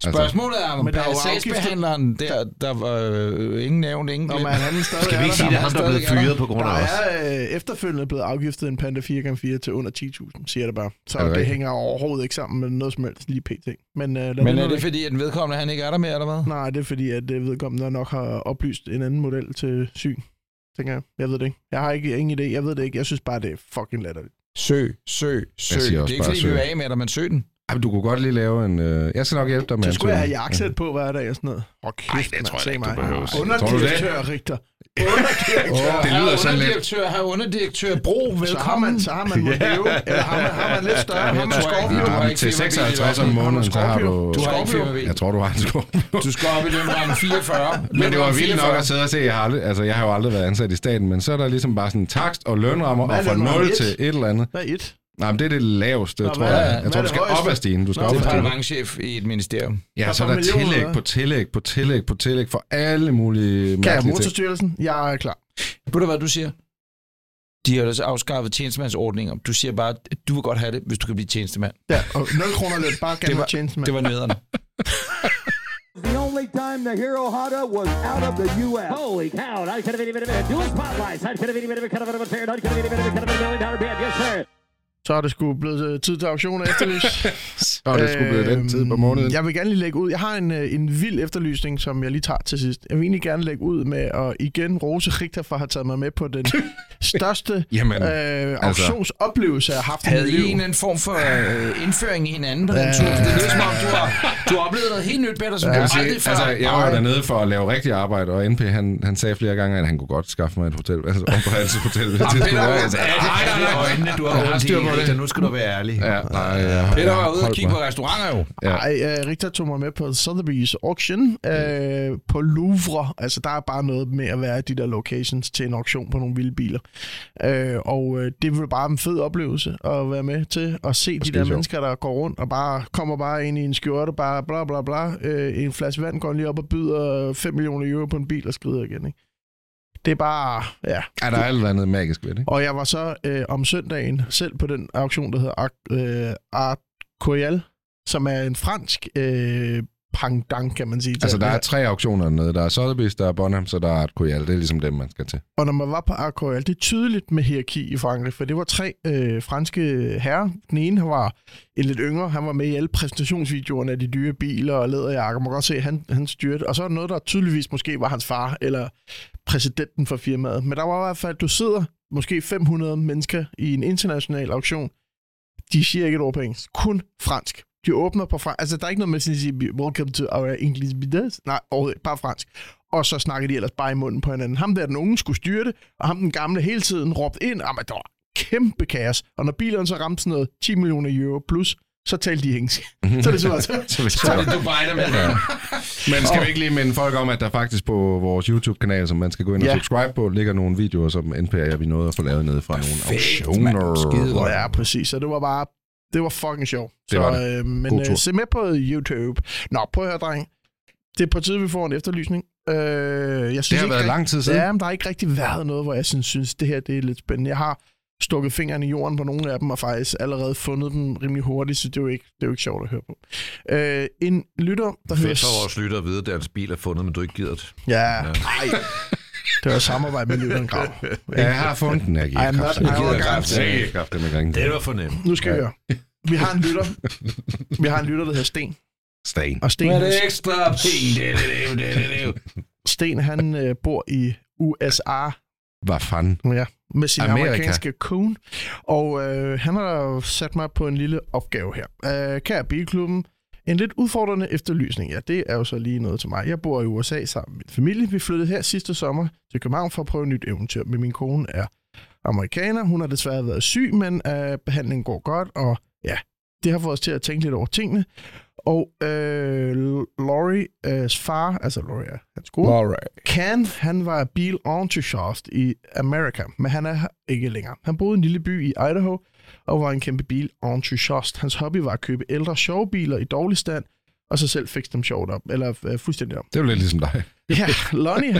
Spørgsmålet er, om sagsbehandleren der var ingen nævnt, ingen glemt. Skal vi ikke sige, at han er blevet fyret på grund af os? Der er efterfølgende blevet afgiftet en Panda 4x4 til under 10.000, siger det bare. Så det hænger overhovedet ikke sammen med noget som helst lige pt. Men er det fordi, at den vedkommende han ikke er der mere, eller hvad? Nej, det er fordi, at vedkommende nok har oplyst en anden model til syn. Tænker jeg. Jeg ved det ikke. Jeg har ikke ingen idé. Jeg ved det ikke. Jeg synes bare, det er fucking latterligt. Søg. Det er ikke fordi, vi vil af med dig, men søg den. Jamen, du kunne godt lige lave en... Jeg skal nok hjælpe dig med så skulle jeg have jakkesæt på hver dag og sådan noget. Nej, det tror jeg ikke, du behøver. Underdirektør, Richter. Det lyder sådan lidt... Underdirektør Bro, velkommen. Så har man Modeo, eller har man lidt større. Har man Scorpio. Til 56 om måneden, så har du... Du har ikke firmabil. Jeg tror, du har en Scorpio. Du skal op i lønramme 44. Men det var vildt nok at sidde og se. Jeg har jo aldrig været ansat i staten, men så er der ligesom bare sådan takst og lønrammer, og fra 0 til et eller andet. Hvad er 1? Nej, men det er det laveste, tror jeg. Jeg tror, du skal op ad stigen. Du skal op ad stigen. Departementschef i et ministerium. Ja, så er der tillæg for alle mulige... Kan jeg Motorstyrelsen? Jeg er klar. Ved du, hvad du siger? De har også afskaffet tjenestemandsordninger. Du siger bare, at du vil godt have det, hvis du kan blive tjenestemand. Ja, og 0 kroner lidt. Bare gerne være tjenestemand. Det var nederne. The only time the Hero Honda was out of the U.S. Holy cow, I could have been dual spotlights. I could have been cut of a tear. I could have been $1 million bid. Yes, sir. Så er det sgu blevet tid til auktioner efterlys. Så er det sgu blevet den tid på måneden. Jeg vil gerne lige lægge ud. Jeg har en vild efterlysning, som jeg lige tager til sidst. Jeg vil egentlig gerne lægge ud med at igen rose Richter for at have taget mig med på den største auktionsoplevelse, jeg har haft i mit liv. Havde I en form for indføring i hinanden på den tur? Det lyder som om, du har oplevet noget helt nyt, Peter, som du aldrig før. Altså, jeg var dernede for at lave rigtig arbejde, og NP, han sagde flere gange, at han kunne godt skaffe mig et hotel. Altså, om på hans hotel. Du har styr på det. Nu skal du være ærlig. Peter var ude og kigge på restauranter jo. Richter tog mig med på Sotheby's Auction på Louvre. Altså, der er bare noget med at være i de der locations til en auktion på nogle vilde biler. Og det var bare en fed oplevelse at være med til at se de der mennesker, der går rundt og kommer bare ind i en skjorte, bare bla bla bla. En flaske vand går lige op og byder 5 millioner euro på en bil og skrider igen, ikke? Det er bare, ja. Er der alt andet magisk ved det? Og jeg var så om søndagen selv på den auktion, der hedder Art Coyal, som er en fransk pangdang, kan man sige. Altså, der er 3 auktioner dernede. Der er Sotheby's, der er Bonham, så der er Art Coyal. Det er ligesom dem, man skal til. Og når man var på Art Coyal, det er tydeligt med hierarki i Frankrig, for det var 3 franske herrer. Den ene var en lidt yngre. Han var med i alle præsentationsvideoerne af de dyre biler og læderjakker. Man kan godt se, at han styrte. Og så er der noget, der tydeligvis måske var hans far, eller præsidenten for firmaet. Men der var i hvert fald, du sidder måske 500 mennesker i en international auktion. De siger ikke et ord på engelsk. Kun fransk. De åbner på fransk. Altså, der er ikke noget med at sige, welcome to our English business. Nej, bare fransk. Og så snakker de ellers bare i munden på hinanden. Ham der, den unge, skulle styre det, og ham den gamle hele tiden råbte ind, at der var kæmpe kaos. Og når bilerne så ramte sådan noget 10 millioner euro plus, så talte de engelsk. Så er det så er det Dubai, der med det. Men skal vi ikke lige minde folk om, at der faktisk på vores YouTube-kanal, som man skal gå ind og subscribe på, ligger nogle videoer, som NPR vi nåede at få lavet nede fra nogle auktioner. Ja, præcis. Så det var bare... Det var fucking sjovt. Det var det. Men se med på YouTube. Nå, prøv at høre, dreng. Det er på tide, vi får en efterlysning. Jeg synes det har været lang tid siden. Ja, men der har ikke rigtig været noget, hvor jeg synes, det her det er lidt spændende. Jeg har stukket fingeren i jorden på nogle af dem, og faktisk allerede fundet dem rimelig hurtigt, så det er jo ikke sjovt at høre på. En lytter, der hører... Fedt for vores lytter at vide, at deres bil er fundet, men du ikke gider det. Ja, nej. Det var samarbejde med lytteren Grav. Ja, jeg har fundet den, jeg giver kraft. Det var fornemt. Nu skal vi høre. Vi har en lytter, der hedder Sten. Og Sten, det ekstra penge. Sten, han bor i USA. Hvad fanden? Ja, med sin amerikanske kone. Og han har sat mig på en lille opgave her. Kære Bilklubben, en lidt udfordrende efterlysning. Ja, det er jo så lige noget til mig. Jeg bor i USA sammen med min familie. Vi flyttede her sidste sommer til København for at prøve et nyt eventyr. Men min kone er amerikaner. Hun har desværre været syg, men behandlingen går godt. Og ja, det har fået os til at tænke lidt over tingene. Og Lauries far, altså Laurie er hans kone, han var bilentusiast i Amerika, men han er her ikke længere. Han boede i en lille by i Idaho, og var en kæmpe bilentusiast. Hans hobby var at købe ældre sjove biler i dårlig stand, og så selv fikse dem sjovt op, eller fuldstændig op. Det er jo lidt ligesom dig. Ja, Lonnie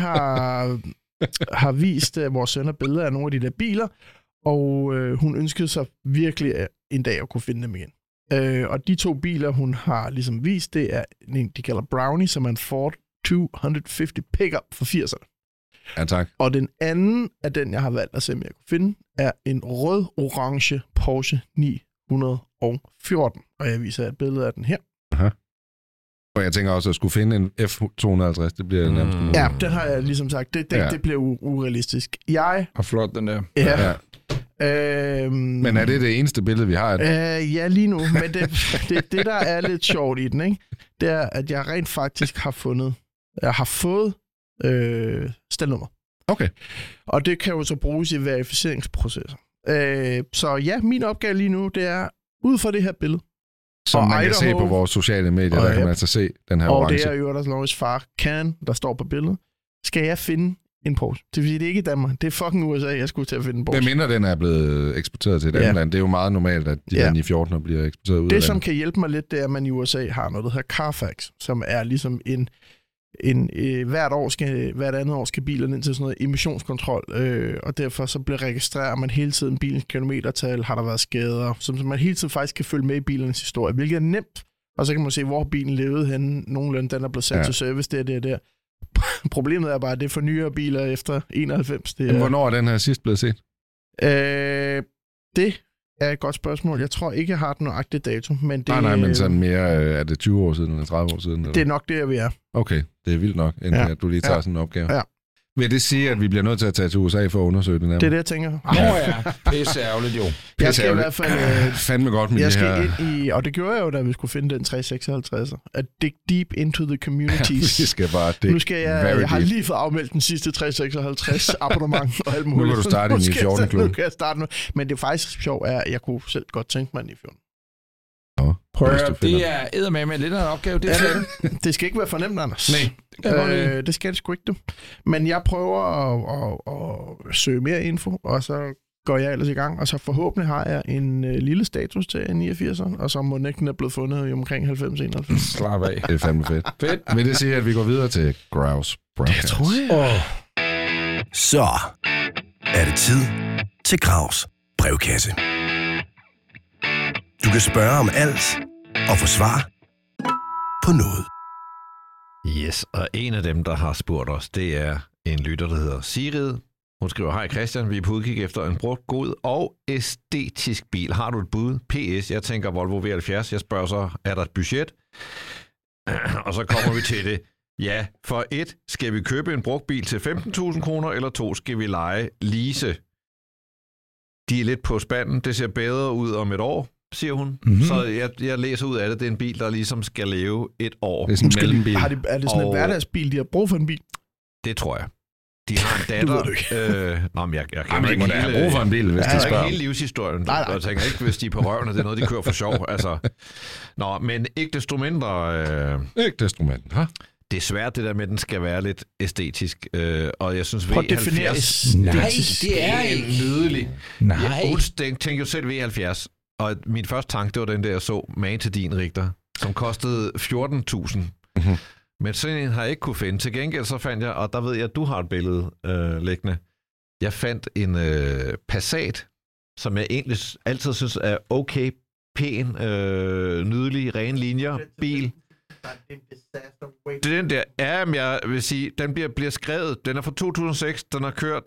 har vist vores sønner billeder af nogle af de der biler, og hun ønskede sig virkelig en dag at kunne finde dem igen. Og de 2 biler, hun har ligesom vist, det er en, de kalder Brownie, som er en Ford 250 pickup fra 80'erne. Ja, tak. Og den anden af den, jeg har valgt at se, om jeg kunne finde, er en rød-orange Porsche 914. Og jeg viser et billede af den her. Aha. Og jeg tænker også, at skulle finde en F250, det bliver nærmest umuligt. Ja, det har jeg ligesom sagt. Det bliver urealistisk. Og flot, den der. Ja. Men er det eneste billede, vi har? Ja, lige nu. Men det, der er lidt sjovt i den, ikke? Det er, at jeg rent faktisk har fået stelnummer. Okay. Og det kan jo så bruges i verificeringsprocesser. Så ja, min opgave lige nu, det er, ud fra det her billede, som man kan se på vores sociale medier, der kan man altså se den her orange. Og det er jo også Norges far, Can, der står på billedet. Skal jeg finde en Porsche? Det vil sige, det er ikke i Danmark. Det er fucking USA, jeg skulle til at finde en Porsche. Hvem mindre den er blevet eksporteret til et andet land. Det er jo meget normalt, at de der 914'er bliver eksporteret ud af det, som kan hjælpe mig lidt, det er, at man i USA har noget, der hedder Carfax, som er ligesom hvert andet år skal bilerne ind til sådan noget emissionskontrol, og derfor så registrerer man hele tiden bilens kilometertal, har der været skader, så man hele tiden faktisk kan følge med i bilernes historie, hvilket er nemt, og så kan man se, hvor bilen levede henne, nogenlunde den er blevet sat til service, der. Problemet er bare, at det er for nyere biler efter 91. Hvornår er den her sidst blevet set? Det er et godt spørgsmål. Jeg tror ikke, jeg har den nøjagtige dato. Men det, nej, men sådan mere, er det 20 år siden eller 30 år siden? Eller? Det er nok det, vi er. Okay, det er vildt nok, inden at du lige tager sådan en opgave. Ja. Vil det sige, at vi bliver nødt til at tage til USA for at undersøge det nærmere? Det er det, jeg tænker. Pisse ærgerligt jo. Jeg skal i hvert fald... fandme godt med jeg det her. Jeg skal ind i... Og det gjorde jeg jo, da vi skulle finde den 356'er. At dig deep into the communities. Ja, vi skal bare nu skal jeg har lige fået afmeldt den sidste 356 abonnement og alt muligt. Nu kan du starte i 14 klub. Nu kan jeg starte nu. Men det er faktisk sjovt, at jeg kunne selv godt tænke mig en i 14. Det er eddermame lidt af en opgave, det er det skal ikke være fornemt, Anders. Nej, det skal det sgu ikke, du. Men jeg prøver at søge mere info, og så går jeg ellers i gang, og så forhåbentlig har jeg en lille status til 89'eren, og så må den er blevet fundet i omkring 90-91. Slap af. Det er fandme fedt. Vil det sige, at vi går videre til Grouse Broadcast? Det tror jeg. Så er det tid til Graus brevkasse. Du kan spørge om alt og få svar på noget. Yes, og en af dem, der har spurgt os, det er en lytter, der hedder Sigrid. Hun skriver, hej Christian, vi er på udkig efter en brugt, god og æstetisk bil. Har du et bud? PS, jeg tænker Volvo V70. Jeg spørger så, er der et budget? Og så kommer vi til det. Ja, for 1, skal vi købe en brugt bil til 15.000 kroner, eller 2, skal vi lease? De er lidt på spanden. Det ser bedre ud om et år, siger hun. Mm-hmm. Så jeg læser ud af det. Det er en bil, der ligesom skal leve et år. Det er sådan en mellembil. Er det sådan en hverdagsbil, de har brug for en bil? Det tror jeg. De har en datter. Men jeg kan ikke brug for en bil, hvis de spørger. Hele livshistorien. Jeg tænker ikke, hvis de er på røven, det er noget, de kører for sjov. Altså. Nå, men ikke desto mindre... Ikke desto mindre, Det er svært, det der med, at den skal være lidt æstetisk. Og jeg synes, prøv at definere V70... Nej, det er ikke nydelig. Nej. Hun tænkte jo selv V70. Og min første tanke, det var den der, jeg så, Man til din Richter, som kostede 14.000. Mm-hmm. Men sådan en har jeg ikke kunne finde. Til gengæld så fandt jeg, og der ved jeg, at du har et billede liggende. Jeg fandt en Passat, som jeg egentlig altid synes er okay, pæn, nydelig, rene linjer, bil. Det er den der, jeg vil sige, den bliver skrevet, den er fra 2006, den har kørt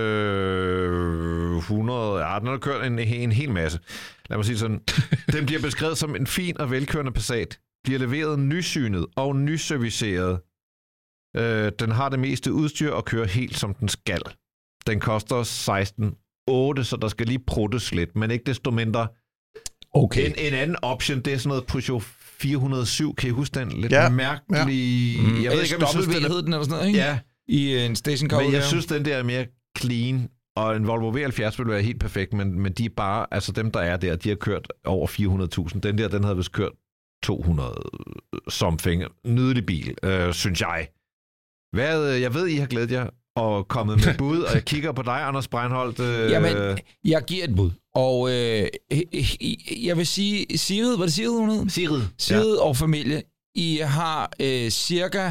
100, den har kørt en hel masse. Lad mig sige sådan, den bliver beskrevet som en fin og velkørende Passat, bliver leveret nysynet og nyserviceret. Den har det meste udstyr og kører helt som den skal. Den koster 16,8, så der skal lige pruttes lidt, men ikke desto mindre. Okay. En anden option, det er sådan noget Peugeot 407, kan I huske den? Lidt mærkelig... Ja. Jeg ved ikke, om jeg synes, den hed den eller sådan noget, ikke? Ja. I en stationcar. Men jeg synes, den der er mere clean, og en Volvo V70 ville være helt perfekt, men de er bare, altså dem, der er der, de har kørt over 400.000. Den der, den havde vist kørt 200 something. Nydelig bil, synes jeg. Jeg ved, I har glædet jer og kommet med bud, og jeg kigger på dig, Anders Breinholt. Jamen, jeg giver et bud. Og jeg vil sige, Sigrid, var det Sigrid, hun hed? Sigrid og familie, I har cirka,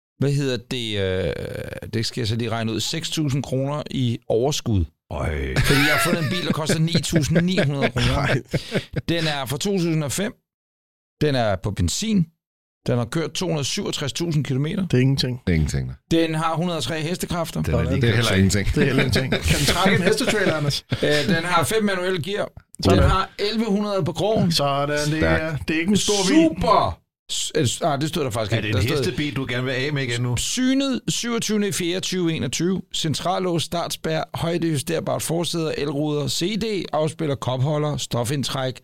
det skal jeg så lige regne ud, 6.000 kroner i overskud. Fordi jeg har fundet en bil, der koster 9.900 kroner. Den er fra 2005. Den er på benzin. Den har kørt 267.000 kilometer. Det er ingenting. Det er ingenting. Den har 103 hestekræfter. Det er heller ingenting. Det er heller ingenting. Kan den trække en hestetrailer, Anders? Den har 5 manuelle gear. Den har 1100 på krogen. Sådan, det er ikke en stor bil. Super! Det stod der faktisk ikke. Er det en hestebil, du gerne vil af med igen nu? Synet 27.4.2021. Centrallås, startspær, højdejusterbart forsæder, elruder, CD, afspiller, kopholder, stofindtræk,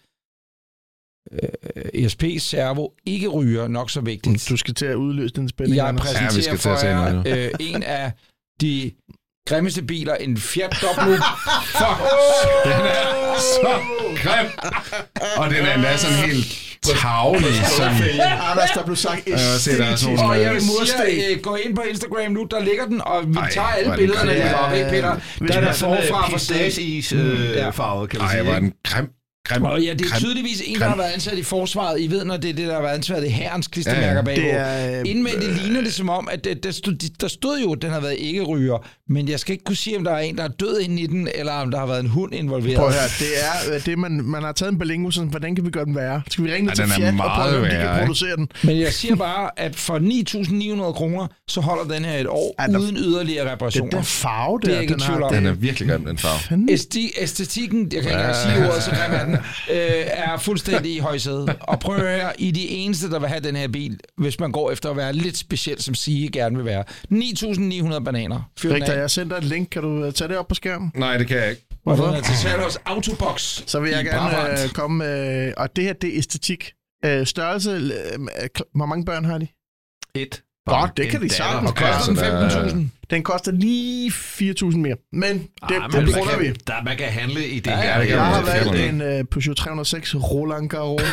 ESP, servo, ikke ryger, nok så vigtigt. Du skal til at udløse den spænding. Jeg præsenterer for jer en af de grimmeste biler, en Fiat Doblo. Fuck! Den er så grim. Og den er endda sådan helt tavlig. Anders, der blev sagt og jeg vil sige, gå ind på Instagram nu, der ligger den, og vi tager alle billederne deroppe, ikke, Peter? Der er forfra for pistache-is farvet, kan man sige. Ej, hvor er den grim. Og ja, det er tydeligvis en, der har været ansat i forsvaret. I ved, når det er det, der har været ansat i hærens klistermærker bagpå. Indvendigt ligner det som om, at der stod jo, at den har været ikke-ryger. Men jeg skal ikke kunne sige, om der er en, der er død inde i den, eller om der har været en hund involveret. Prøv at høre, det er det, man har taget en Berlingo, sådan, hvordan kan vi gøre den værre? Skal vi ringe til Fiat og prøve, om de kan producere den? Men jeg siger bare, at for 9.900 kroner, så holder den her et år uden yderligere reparationer. Det er farve, det er ikke tvivl om. Den er virkelig grim, den farve. Æstetikken, jeg kan ikke engang sige ordet, så grim er den, er fuldstændig i højsædet. Og prøv at høre, I de eneste, der vil have den her bil, hvis man går efter at være lidt speciel, som Sige gerne vil være. 9.900 bananer. Rigtig, jeg sender et link. Kan du tage det op på skærmen? Nej, det kan jeg ikke. Hvorfor? Den er til salg hos Autobox. Så vil jeg gerne komme med... Og det her, det er æstetik. Størrelse... Hvor mange børn har de? 1. Godt, det kan de sagtens. Og koster 15.000. Den koster lige 4.000 mere. Men det bruger vi. Man kan handle i det her. Jeg har valgt en Peugeot 306 Roland Garros.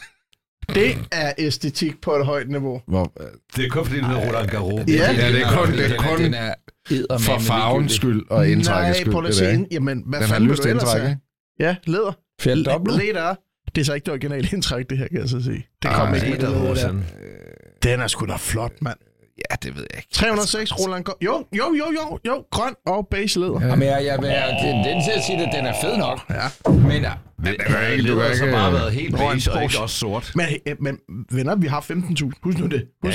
Det er æstetik på et højt niveau. Det er kun fordi, den hedder Roland Garros. Ja, det er kun for farvens skyld og indtrækkets skyld. Nej, prøv at se. Jamen, hvad fanden vil du ellers have? Ja, læder. Fiat Doblo. Læder. Det er så ikke det originale indtræk, det her, kan jeg så sige. Det kommer ikke med det der. Den er sgu da flot, mand. Ja, det ved jeg ikke. 306 Roland Garros. Jo. Grøn og beige læder. Jamen, den til at sige, at den er fed nok. Ja. Men det har så bare været helt beige og ikke også sort. Men venner, vi har 15.000. Husk nu det. Det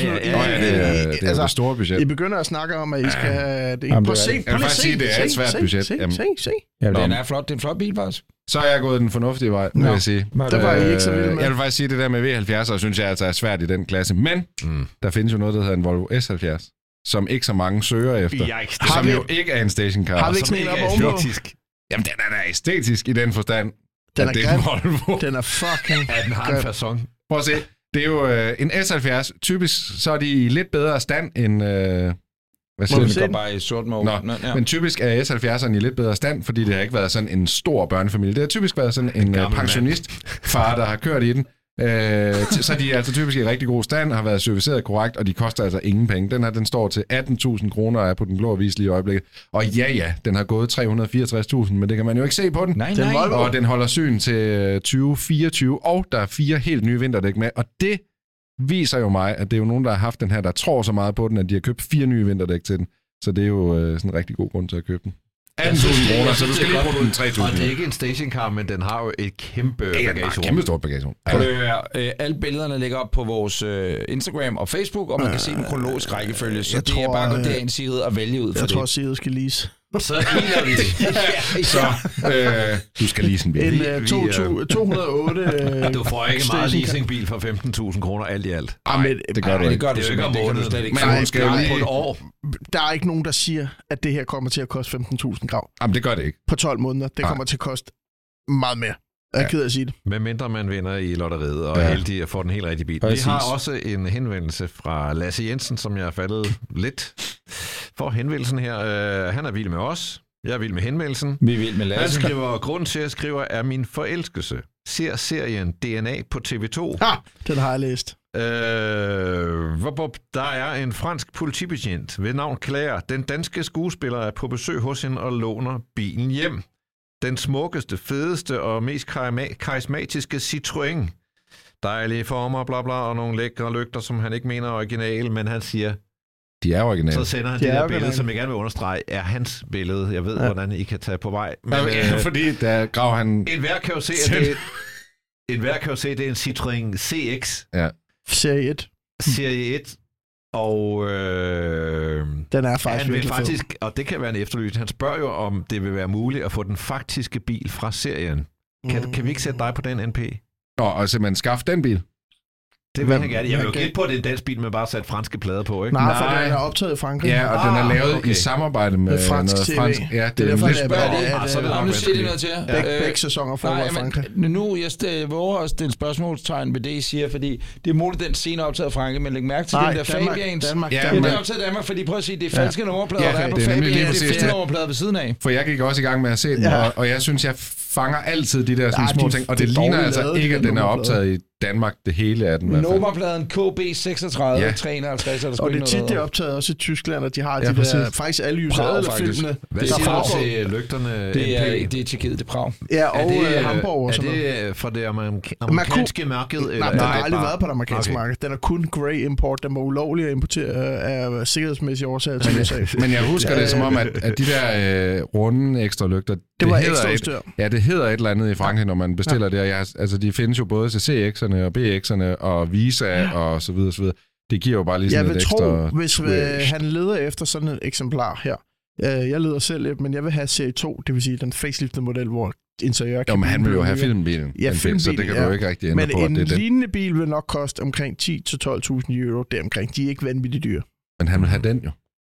er det store budget. I begynder at snakke om, at I skal have det. Prøv at se. Jeg vil faktisk sige, det er et svært budget. Se. Ja, den er flot. Det er en flot bil, faktisk. Så er jeg gået den fornuftige vej, vil jeg sige. Det var I ikke så vildt med. Jeg vil faktisk sige, det der med V70'er, synes jeg altså er svært i den klasse. Men der findes jo noget, der hedder en Volvo S70, som ikke så mange søger efter. Som jo ikke er en stationcar. Har vi ikke sådan en op ovenpå? Jamen, den er da æstetisk i den forstand. Den er grim. Den er fucking den har en façon. Prøv at se. Det er jo en S70. Typisk så er de i lidt bedre stand end... Hvad siger det? Går bare i sort mode. Ja. Men typisk er S70'erne i lidt bedre stand, fordi det har ikke været sådan en stor børnefamilie. Det har typisk været sådan en pensionistfar, der har kørt i den. Så de er altså typisk i rigtig god stand, har været serviceret korrekt, og de koster altså ingen penge. Den her, den står til 18.000 kroner og er på den blå avis lige i øjeblikket. Og ja, den har gået 364.000, men det kan man jo ikke se på den. Nej. Og den holder syn til 2024, og der er 4 helt nye vinterdæk med, og det viser jo mig, at det er jo nogen, der har haft den her, der tror så meget på den, at de har købt 4 nye vinterdæk til den. Så det er jo sådan en rigtig god grund til at købe den. 18.000 kroner, så du skal lige bruge den 3.000. Og det er ikke en stationcar, men den har jo et kæmpe bagagerum. Kæmpe stort bagagerum. Alle billederne ligger op på vores Instagram og Facebook, og man kan se dem kronologisk rækkefølge, så det er bare at gå derind, Sigrid, og vælge ud for det. Jeg tror, Sigrid skal lease. Så healer vi det. Så du skal lease en bil. En 208... Du får ikke meget leasingbil for 15.000 kroner alt i alt. Nej, det gør du ikke. Det gør du ikke om måneden. Men hun skal jo lige... på et år. Der er ikke nogen, der siger, at det her kommer til at koste 15.000 krav. Jamen, det gør det ikke. På 12 måneder. Det kommer til at koste meget mere. Jeg er ked af at sige det. Med mindre man vinder i lotteriet og er heldig at få den helt rigtige bil. Præcis. Vi har også en henvendelse fra Lasse Jensen, som jeg er faldet lidt for henvendelsen her. Han er vild med os. Jeg er vild med henvendelsen. Vi er vild med Lasse. Han skriver, grunden til at jeg skriver, er min forelskelse. Ser serien DNA på TV2. Den har jeg læst. Der er en fransk politibetjent ved navn Claire. Den danske skuespiller er på besøg hos hende og låner bilen hjem. Den smukkeste, fedeste og mest karismatiske Citroën. Dejlige former, bla bla, og nogle lækre lygter, som han ikke mener er original, men han siger... De er originale. Så sender han det der billede, som jeg gerne vil understrege, er hans billede. Jeg ved, hvordan I kan tage på vej. Men, fordi der graver han... En hver kan jo se, at det enhver kan jo se, det er en Citroën CX. Ja. Serie 1. Serie 1. Og den er faktisk han vil faktisk, og det kan være en efterlysning, han spørger jo, om det vil være muligt at få den faktiske bil fra serien. Kan vi ikke sætte dig på den NP? Og simpelthen skaffe den bil? Det vil jeg gerne. Jeg vil jo gætte på, at det er en dansk bil, med bare sat franske plader på, ikke? Nej, for den er optaget i Frankrig. Ja, og den er lavet i samarbejde med fransk noget TV. fransk. Ja, det er derfor, lidt Nu siger det noget til jer. Begge sæsoner foregår i Frankrig. Nu jeg våger at stille spørgsmålstegn med det, I siger, fordi det er muligt, den scene er optaget i Frankrig, men læg mærke til den der Fabians. Danmark. Ja, det er optaget i Danmark, fordi prøv at sige, det er falske nummerplader, der er på Fabians, det er falske nummerplader ved siden af. For jeg gik også i gang med at se den, og jeg synes, jeg fanger altid de der sådan små ting, og det ligner altså ikke, at den er optaget i Danmark, det hele af den. Nummerpladen KB36 53, og det er tit, det er optaget også i Tyskland, og de har de der, faktisk alle filmene. Hvad siger du til lygterne? Det er Tjekkiet, det er Prag. Ja, og Hamburg og sådan noget. Er det for det amerikanske marked? Nej, den har aldrig været på det amerikanske marked. Den er kun grey import. Den var ulovlig at importere af sikkerhedsmæssige årsager til USA. Men jeg husker det som om, at de der runde ekstra lygter, det var ekstra udstyr. Ja, det hedder et eller andet i Frankrig, når man bestiller det. Altså, de findes jo både til CX'erne og BX'erne og Visa og så videre, så videre. Det giver jo bare lige sådan et ekstra... Jeg vil tro, hvis han leder efter sådan et eksemplar her. Jeg leder selv, men jeg vil have serie 2, det vil sige den faceliftede model, hvor interiør kan... Jo, men han vil jo have filmbilen. Ja, filmbilen, så det kan du jo ikke rigtig ændre på. Men en lignende bil vil nok koste omkring 10.000 til 12.000 euro deromkring. De er ikke vanvittigt dyre. Men han vil have den jo.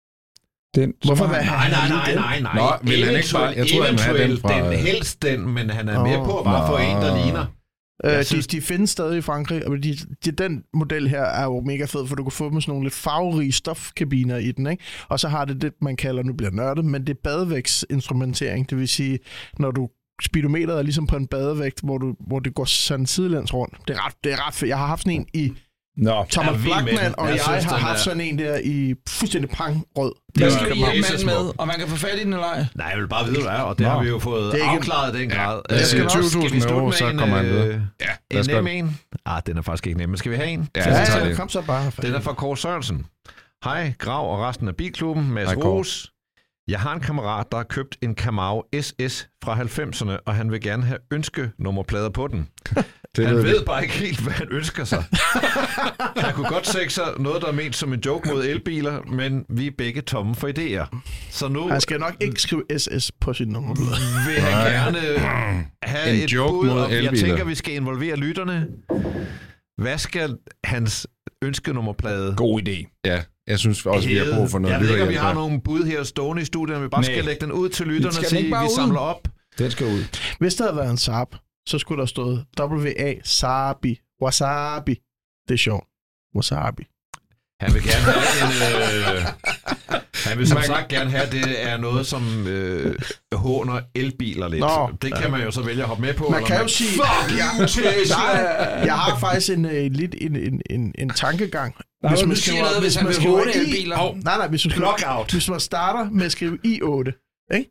Hvorfor vil han Nej. Nå, vil han ikke bare... Jeg tror, han vil have den fra... Den helst den, men han er med på at bare få en, der ligner. De findes stadig i Frankrig, og den model her er jo mega fed, for du kan få med sådan nogle lidt farverige stofkabiner i den, ikke? Og så har det, man kalder, nu bliver nørdet, men det er badevægtsinstrumentering. Det vil sige, når du speedometeret er ligesom på en badevægt, hvor det går sådan sidelæns rundt. Det er ret fedt. Jeg har haft sådan en i Thomas Blackman, og jeg har haft sådan en der i fuldstændig pangrød. Det skal vi hjælpe mand med, og man kan få fat i den eller ej. Nej, jeg vil bare vide, hvad det er, og det har vi jo fået afklaret den grad. Det skal 20.000 euro, så kommer han videre. En nem en? Den er faktisk ikke nem, men skal vi have en? Ja, kom så bare. Den er fra Kåre Sørensen. Hej, Grav og resten af Bilklubben. Mads Ros. Jeg har en kammerat, der har købt en Camaro SS fra 90'erne, og han vil gerne have ønskenummerplader på den. Han ved bare ikke helt, hvad han ønsker sig. Han kunne godt sætte sig noget, der er ment som en joke mod elbiler, men vi er begge tomme for idéer. Så nu... Han skal nok ikke skrive SS på sin nummerplader. Vil han gerne have en et joke bud, mod og jeg elbiler. tænker, vi skal involvere lytterne. Hvad skal hans ønskenummerplade... God idé. Ja, jeg synes også, vi har brug for noget. Jeg ved ikke, om vi har nogle bud her stående i studiet, vi bare skal lægge den ud til lytterne og sige, at vi samler op. Den skal ud. Hvis der havde været en Saab, så skulle der stået W.A. Sabi. Wasabi. Det er sjovt. Wasabi. Han vil gerne have en... han vil som sagt gerne have, at det er noget, som håner elbiler lidt. Det kan man jo så vælge at hoppe med på. Man kan jo sige... Jeg har faktisk en tankegang. Hvis man skriver, hvis han vil håne elbiler. Nej, hvis man starter med at skrive I8, ikke?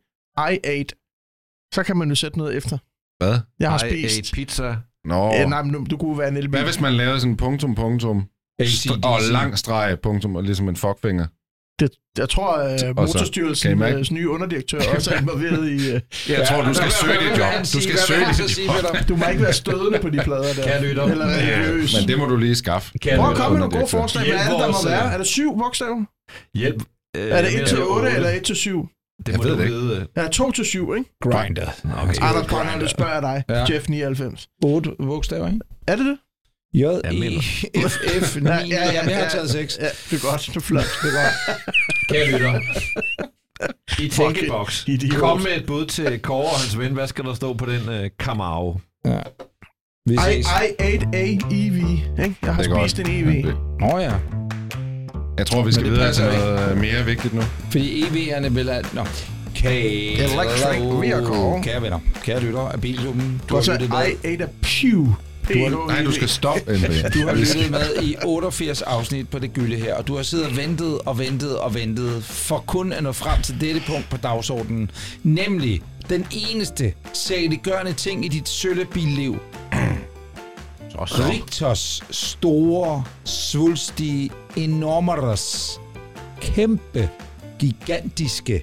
I8, så kan man jo sætte noget efter. Hvad? Jeg har spist. I8 pizza. Nej, men du kunne være en elbil. Hvad hvis man lavede sådan punktum, og lang streg, punktum, og ligesom en fuckfinger? Jeg tror, Motorstyrelsens nye underdirektør også er involveret i... Jeg tror, du skal søge dit job. Du skal søge dit job. Du må ikke være stødende på de plader der. Eller religiøs. Men det må du lige skaffe. Prøv at komme med nogle gode forslag. Hvad er det, der må være? Er det 7 bogstaver? Hjælp. Er det 1-8 eller 1-7? Det må du vide. Ja, 2-7, ikke? Grinder. Okay. Anders Grønner, det spørger dig. Jeff 99. 8 bogstaver, ikke? Er det det? J-E-F-F 9. Jeg har taget 6. Ja, det er godt. Det er flot. Det er godt. Kære lytter. I tænkeboks. Kom med et bud til Kåre og hans ven. Hvad skal der stå på den Camaro? Ja. I8A EV. Ikke? Jeg har spist en EV. Ja. Jeg tror, vi skal videre til noget mere vigtigt nu. Fordi EV'erne vil have... Electric vehicle. Kære venner, kære lytter af Bilklubben. Du har lyttet med. I8 Pew. Nej, du skal stoppe. Du har lyttet med i 88 afsnit på det gylde her, og du har siddet og ventet for kun at nå frem til dette punkt på dagsordenen, nemlig den eneste saliggørende ting i dit sølle billiv. Richters store, svulstige, enormers, kæmpe, gigantiske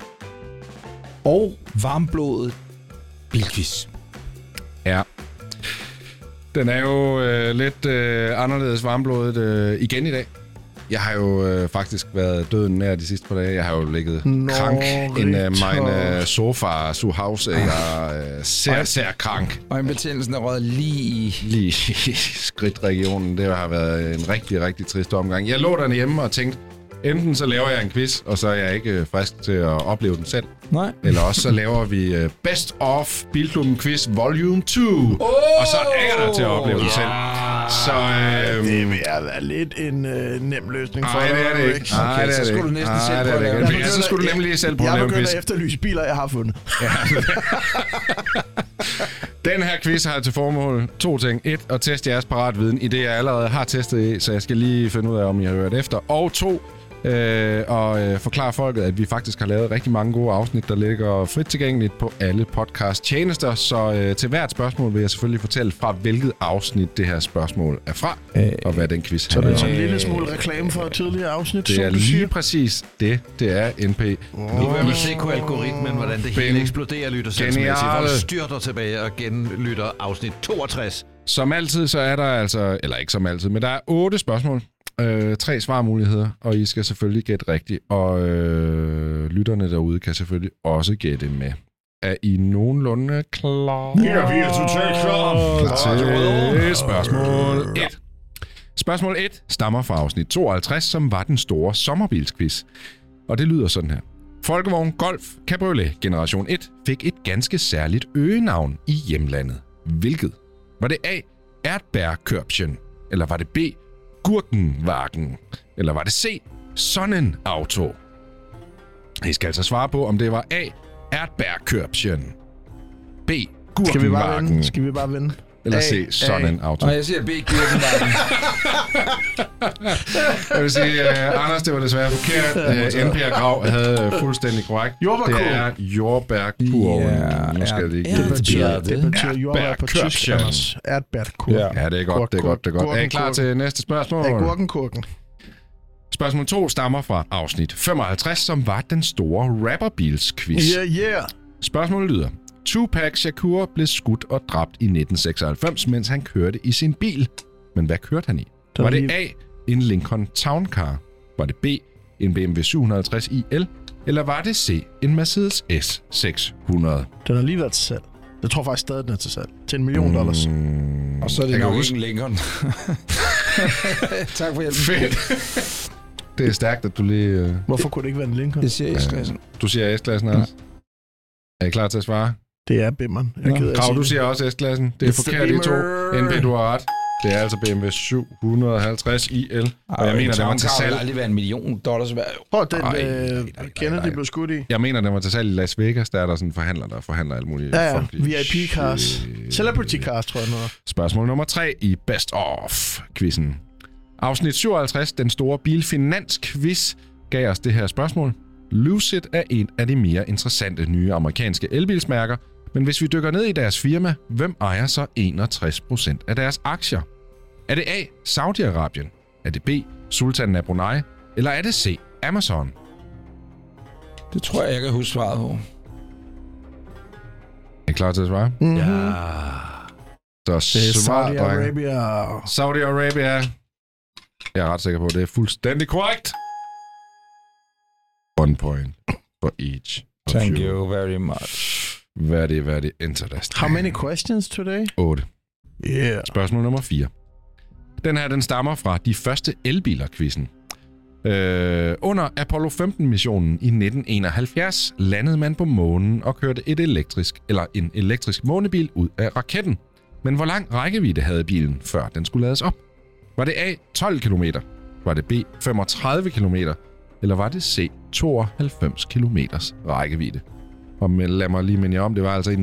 og varmblodet bilquiz. Ja. Den er jo lidt anderledes varmblodet igen i dag. Jeg har jo faktisk været døden nær de sidste par dage. Jeg har jo ligget krank in meine Sofa zu Hause. Jeg er sehr krank. Og betændelsen er røget lige i skridtregionen. Det har været en rigtig, rigtig trist omgang. Jeg lå dernede hjemme og tænkte, enten så laver jeg en quiz, og så er jeg ikke frisk til at opleve den selv. Nej. Eller også så laver vi Best of Bilklubben Quiz Volume 2. Og så er der til at opleve den selv. Så det vil være lidt en nem løsning for dig. Nej, det er det ikke. Okay, så skulle du næsten selv prøve at lave det. Så skulle du nemlig selv prøve at lave en quiz. Jeg begynder at efterlyse biler, jeg har fundet. Ja. Den her quiz har til formål 2 ting. 1. At teste jeres paratviden i det, jeg allerede har testet i, så jeg skal lige finde ud af, om I har hørt efter. Og 2. Og forklare folket, at vi faktisk har lavet rigtig mange gode afsnit, der ligger frit tilgængeligt på alle podcast-tjenester. Så til hvert spørgsmål vil jeg selvfølgelig fortælle fra, hvilket afsnit det her spørgsmål er fra, og hvad den quiz handler om. Så det er en lille smule reklame for et tidligere afsnit, det er lige præcis det. Det er NP. Nu vil man se på algoritmen, hvordan det hele eksploderer lyttersalgsmæssigt. Folk styrter tilbage og genlytter afsnit 62. Som altid, så er der altså, eller ikke som altid, men der er 8 spørgsmål. 3 svarmuligheder, og I skal selvfølgelig gætte rigtigt, og lytterne derude kan selvfølgelig også gætte med. Er I nogenlunde klar? Ja, vi er totalt klar. Til spørgsmål 1. Spørgsmål 1 stammer fra afsnit 52, som var den store sommerbilsquiz. Og det lyder sådan her. Folkevogn Golf Cabriolet Generation 1 fik et ganske særligt øgenavn i hjemlandet. Hvilket? Var det A. Erdbeerkörbchen? Eller var det B. Gurkenwagen? Eller var det C. Sonnenauto? I skal altså svare på, om det var A. Erdbeerkörbchen, B. Gurkenwagen. Skal vi bare vende? Eller C. Sonnenauto. Og jeg siger B. Gurkenwagen. Jeg vil sige, Anders, det var desværre forkert. NP og Grav havde fuldstændig korrekt. Jordbærkurven. Det er jordbærkurven. Nu skal det Det betyder jordbær på tysk. Erdbeerkurven. Ja, det er godt, det er godt, det er godt. Er I klar til næste spørgsmål? Gurkenkurven. Spørgsmål 2 stammer fra afsnit 55, som var den store rapperbils-quiz. Yeah. Spørgsmålet lyder. Tupac Shakur blev skudt og dræbt i 1996, mens han kørte i sin bil. Men hvad kørte han i? Var det A. en Lincoln Town Car? Var det B. en BMW 750 IL? Eller var det C. en Mercedes S600? Den har lige været til salg. Jeg tror faktisk stadig, den er til salg. Til $1 million. Og så er det nok ikke en Lincoln. Tak for hjælpen. Fedt. Det er stærkt, at du lige... Hvorfor kunne det ikke være en Lincoln? Det siger S-klassen. Du siger S-klassen, altså. Er I klar til at svare? Det er Bimmeren. Krav, du siger også S-klassen. Det er forkert i 2. NP, du har ret. Det er altså BMW 750 IL. Og jeg mener, den var til salg... Det har aldrig været $1 million værd. Prøv den Kennedy blev skudt i. Jeg mener, den var til salg i Las Vegas. Der er der sådan en forhandler, der forhandler alt muligt. Ja. VIP cars. Celebrity cars, tror jeg noget. Spørgsmål nummer 3 i Best of-quizzen. Afsnit 57, den store bilfinans-quiz, gav os det her spørgsmål. Lucid er en af de mere interessante nye amerikanske elbilsmærker, men hvis vi dykker ned i deres firma, hvem ejer så 61% af deres aktier? Er det A. Saudi-Arabien? Er det B. Sultanen af Brunei? Eller er det C. Amazon? Det tror jeg kan huske svaret på. Er I klar til at svare? Mm-hmm. Ja. Så det er Saudi-Arabia. Saudi-Arabia. Jeg er ret sikker på, at det er fuldstændig korrekt. 1 point for each. Thank you very much. Very interesting. How many questions today? 8. Yeah. Spørgsmål nummer 4. Den her, den stammer fra de første elbiler-quizzen. Under Apollo 15-missionen i 1971 landede man på månen og kørte en elektrisk månebil ud af raketten. Men hvor lang rækkevidde havde bilen, før den skulle lades op? Var det A. 12 km? Var det B. 35 km? Eller var det C. 92 km rækkevidde? Og lad mig lige minde jer om, det var altså i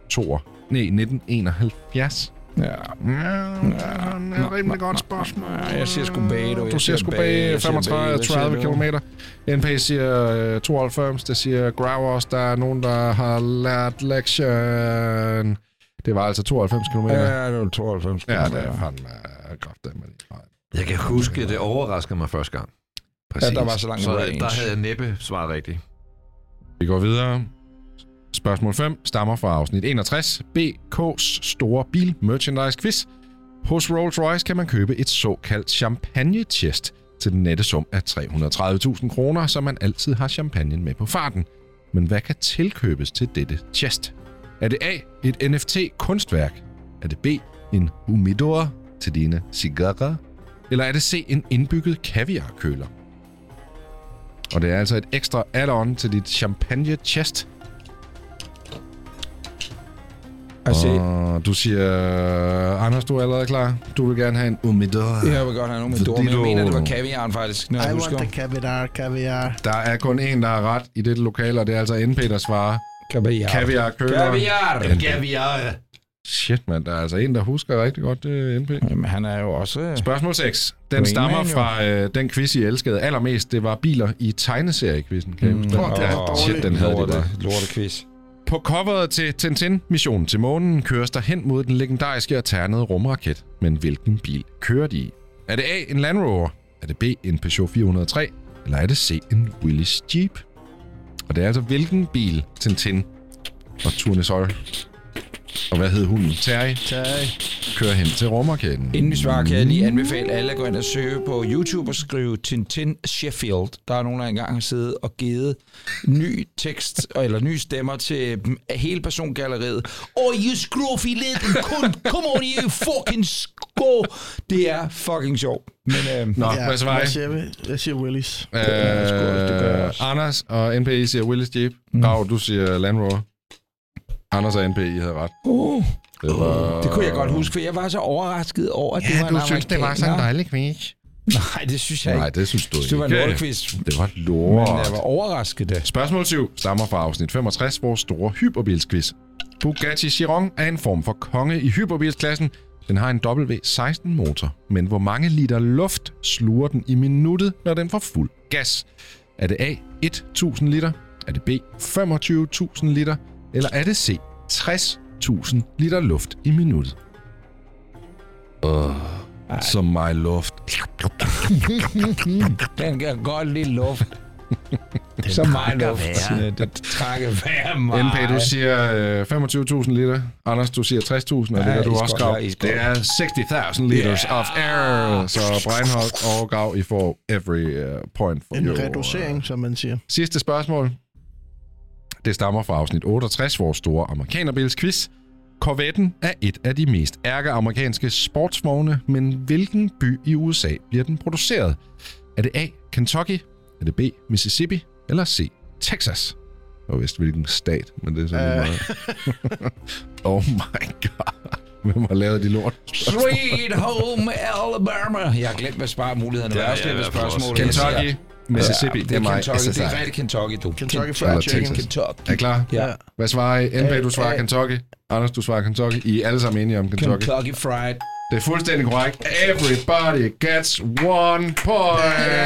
1971. Ja. Rimelig godt spørgsmål. Jeg siger sgu bag, du siger sgu bag 35 km. NP siger 92, det siger Gravers. Der er nogen, der har lært lektion. Det var altså 92 km. Ja, det var 92 km. Ja, det er fandme kraftedeme. Jeg kan huske, det overraskede mig første gang. Præcis. Ja, der var så langt så der havde jeg næppe svaret rigtigt. Vi går videre. Spørgsmål 5 stammer fra afsnit 61. BK's store bil merchandise quiz. Hos Rolls-Royce kan man købe et såkaldt champagne-chest til den nette sum af 330.000 kroner, så man altid har champagne med på farten. Men hvad kan tilkøbes til dette chest? Er det A, et NFT-kunstværk? Er det B, en humidor til dine cigarer? Eller er det C, en indbygget kaviarkøler? Og det er altså et ekstra add-on til dit champagne-chest. Og du siger, Anders, du er allerede klar. Du vil gerne have en humidor. Jeg vil godt have en humidor, men jeg mener, det var kaviaren faktisk. I want the kaviar. Der er kun en, der har ret i dette lokale, og det er altså NP, der svarer. Kaviar-køler. Kaviar. Shit, mand. Der er altså en, der husker rigtig godt det, NP. Jamen, han er jo også... Spørgsmål 6. Den stammer fra den quiz, I elskede allermest. Det var biler i tegneseriequizzen. Kan I huske det? Shit, den havde det. Lortequiz. På coveret til Tintin-missionen til månen køres der hen mod den legendariske og ternede rumraket. Men hvilken bil kører de i? Er det A, en Land Rover? Er det B, en Peugeot 403? Eller er det C, en Willys Jeep? Og det er altså hvilken bil Tintin og Tournesol og hvad hed hunden? Terry. Kører hen til rumraketten. Inden vi svarer, kan jeg lige anbefale alle at gå ind og søge på YouTube og skrive Tintin Sheffield. Der er nogen, der engang har siddet og givet ny tekst eller nye stemmer til hele persongalleriet. You scruffy little cunt. Come on, you fucking go. Det er fucking sjovt. Men, hvad svarer I? Jeg siger Willys. Anders og NP siger Willys Jeep. Grav, du siger Land Rover. Anders og NP, I havde ret. Det kunne jeg godt huske, for jeg var så overrasket over, at det var en amerikaner. Ja, du synes, det var sådan en dejlig quiz. Nej, det synes jeg ikke. Nej, det synes du ikke. Det var en lortequiz. Det var lort. Men jeg var overrasket. Spørgsmål 7 stammer fra afsnit 65, vores store hyperbilsquiz. Bugatti Chiron er en form for konge i hyperbilsklassen. Den har en W16-motor, men hvor mange liter luft sluger den i minuttet, når den får fuld gas? Er det A, 1.000 liter? Er det B, 25.000 liter? Eller er det C, 60.000 liter luft i minuttet? Så meget luft. Den kan godt lide luft. Så meget luft. Det trækker hver meget. NP, du siger 25.000 liter. Anders, du siger 60.000, og det gør du også, Grav. Det er 60.000 liters of air. Så Breinholt og Grav, I får every point for en reducering, som man siger. Sidste spørgsmål. Det stammer fra afsnit 68, vores store amerikanerbilsquiz. Corvetten er et af de mest ærkeamerikanske sportsvogne, men hvilken by i USA bliver den produceret? Er det A, Kentucky? Er det B, Mississippi? Eller C, Texas? Jeg vidste hvilken stat, men det er sådan meget... Oh my god. Hvem har lavet de lort? Sweet home Alabama. Jeg har glemt, hvad sparemulighederne var. Jeg har også glemt spørgsmålet. Kentucky. Mississippi, det er mig. Det er rigtig Kentucky, du. Kentucky Fried Chicken. Er I klar? Ja. Hvad svarer I? NP, du svarer Kentucky. Anders, du svarer Kentucky. I er alle sammen enige om Kentucky. Kentucky Fried. Det er fuldstændig korrekt. Everybody gets 1 point.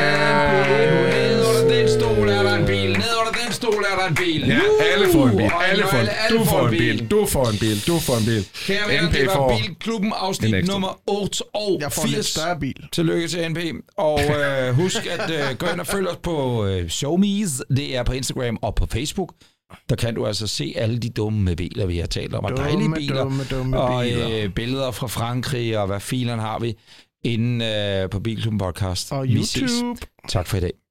Ned under den stol er der en bil. Ned under den stol er der en bil. Ja, alle får en bil. Alle får en bil. Du får en bil. Du får en bil. Du får en bil. Kære venner, det var Bilklubben afsnit nummer 8 og 80. Jeg får en større bil. Tillykke til NP. Og husk at gå ind og følg os på ShowMe's. Det er på Instagram og på Facebook. Der kan du altså se alle de dumme biler, vi har talt om. Og dejlige biler. Dumme og billeder fra Frankrig, og hvad filerne har vi inde på Bilklubben Podcast. Og vi YouTube. Ses. Tak for i dag.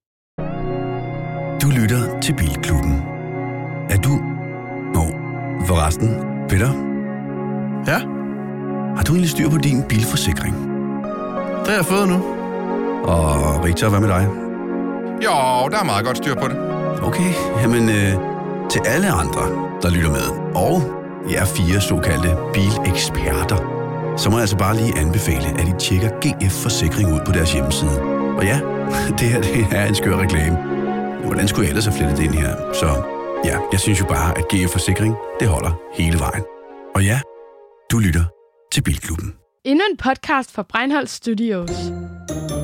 Du lytter til Bilklubben. Er du... forresten, Peter? Ja? Har du egentlig styr på din bilforsikring? Det har jeg fået nu. Og Rita, hvad med dig? Jo, der er meget godt styr på det. Okay, jamen til alle andre, der lytter med, og jer 4 såkaldte bileksperter, så må jeg altså bare lige anbefale, at I tjekker GF Forsikring ud på deres hjemmeside. Og ja, det her det er en skør reklame. Hvordan skulle jeg ellers have flettet det ind her? Så ja, jeg synes jo bare, at GF Forsikring, det holder hele vejen. Og ja, du lytter til Bilklubben. Endnu en podcast fra Breinholt Studios.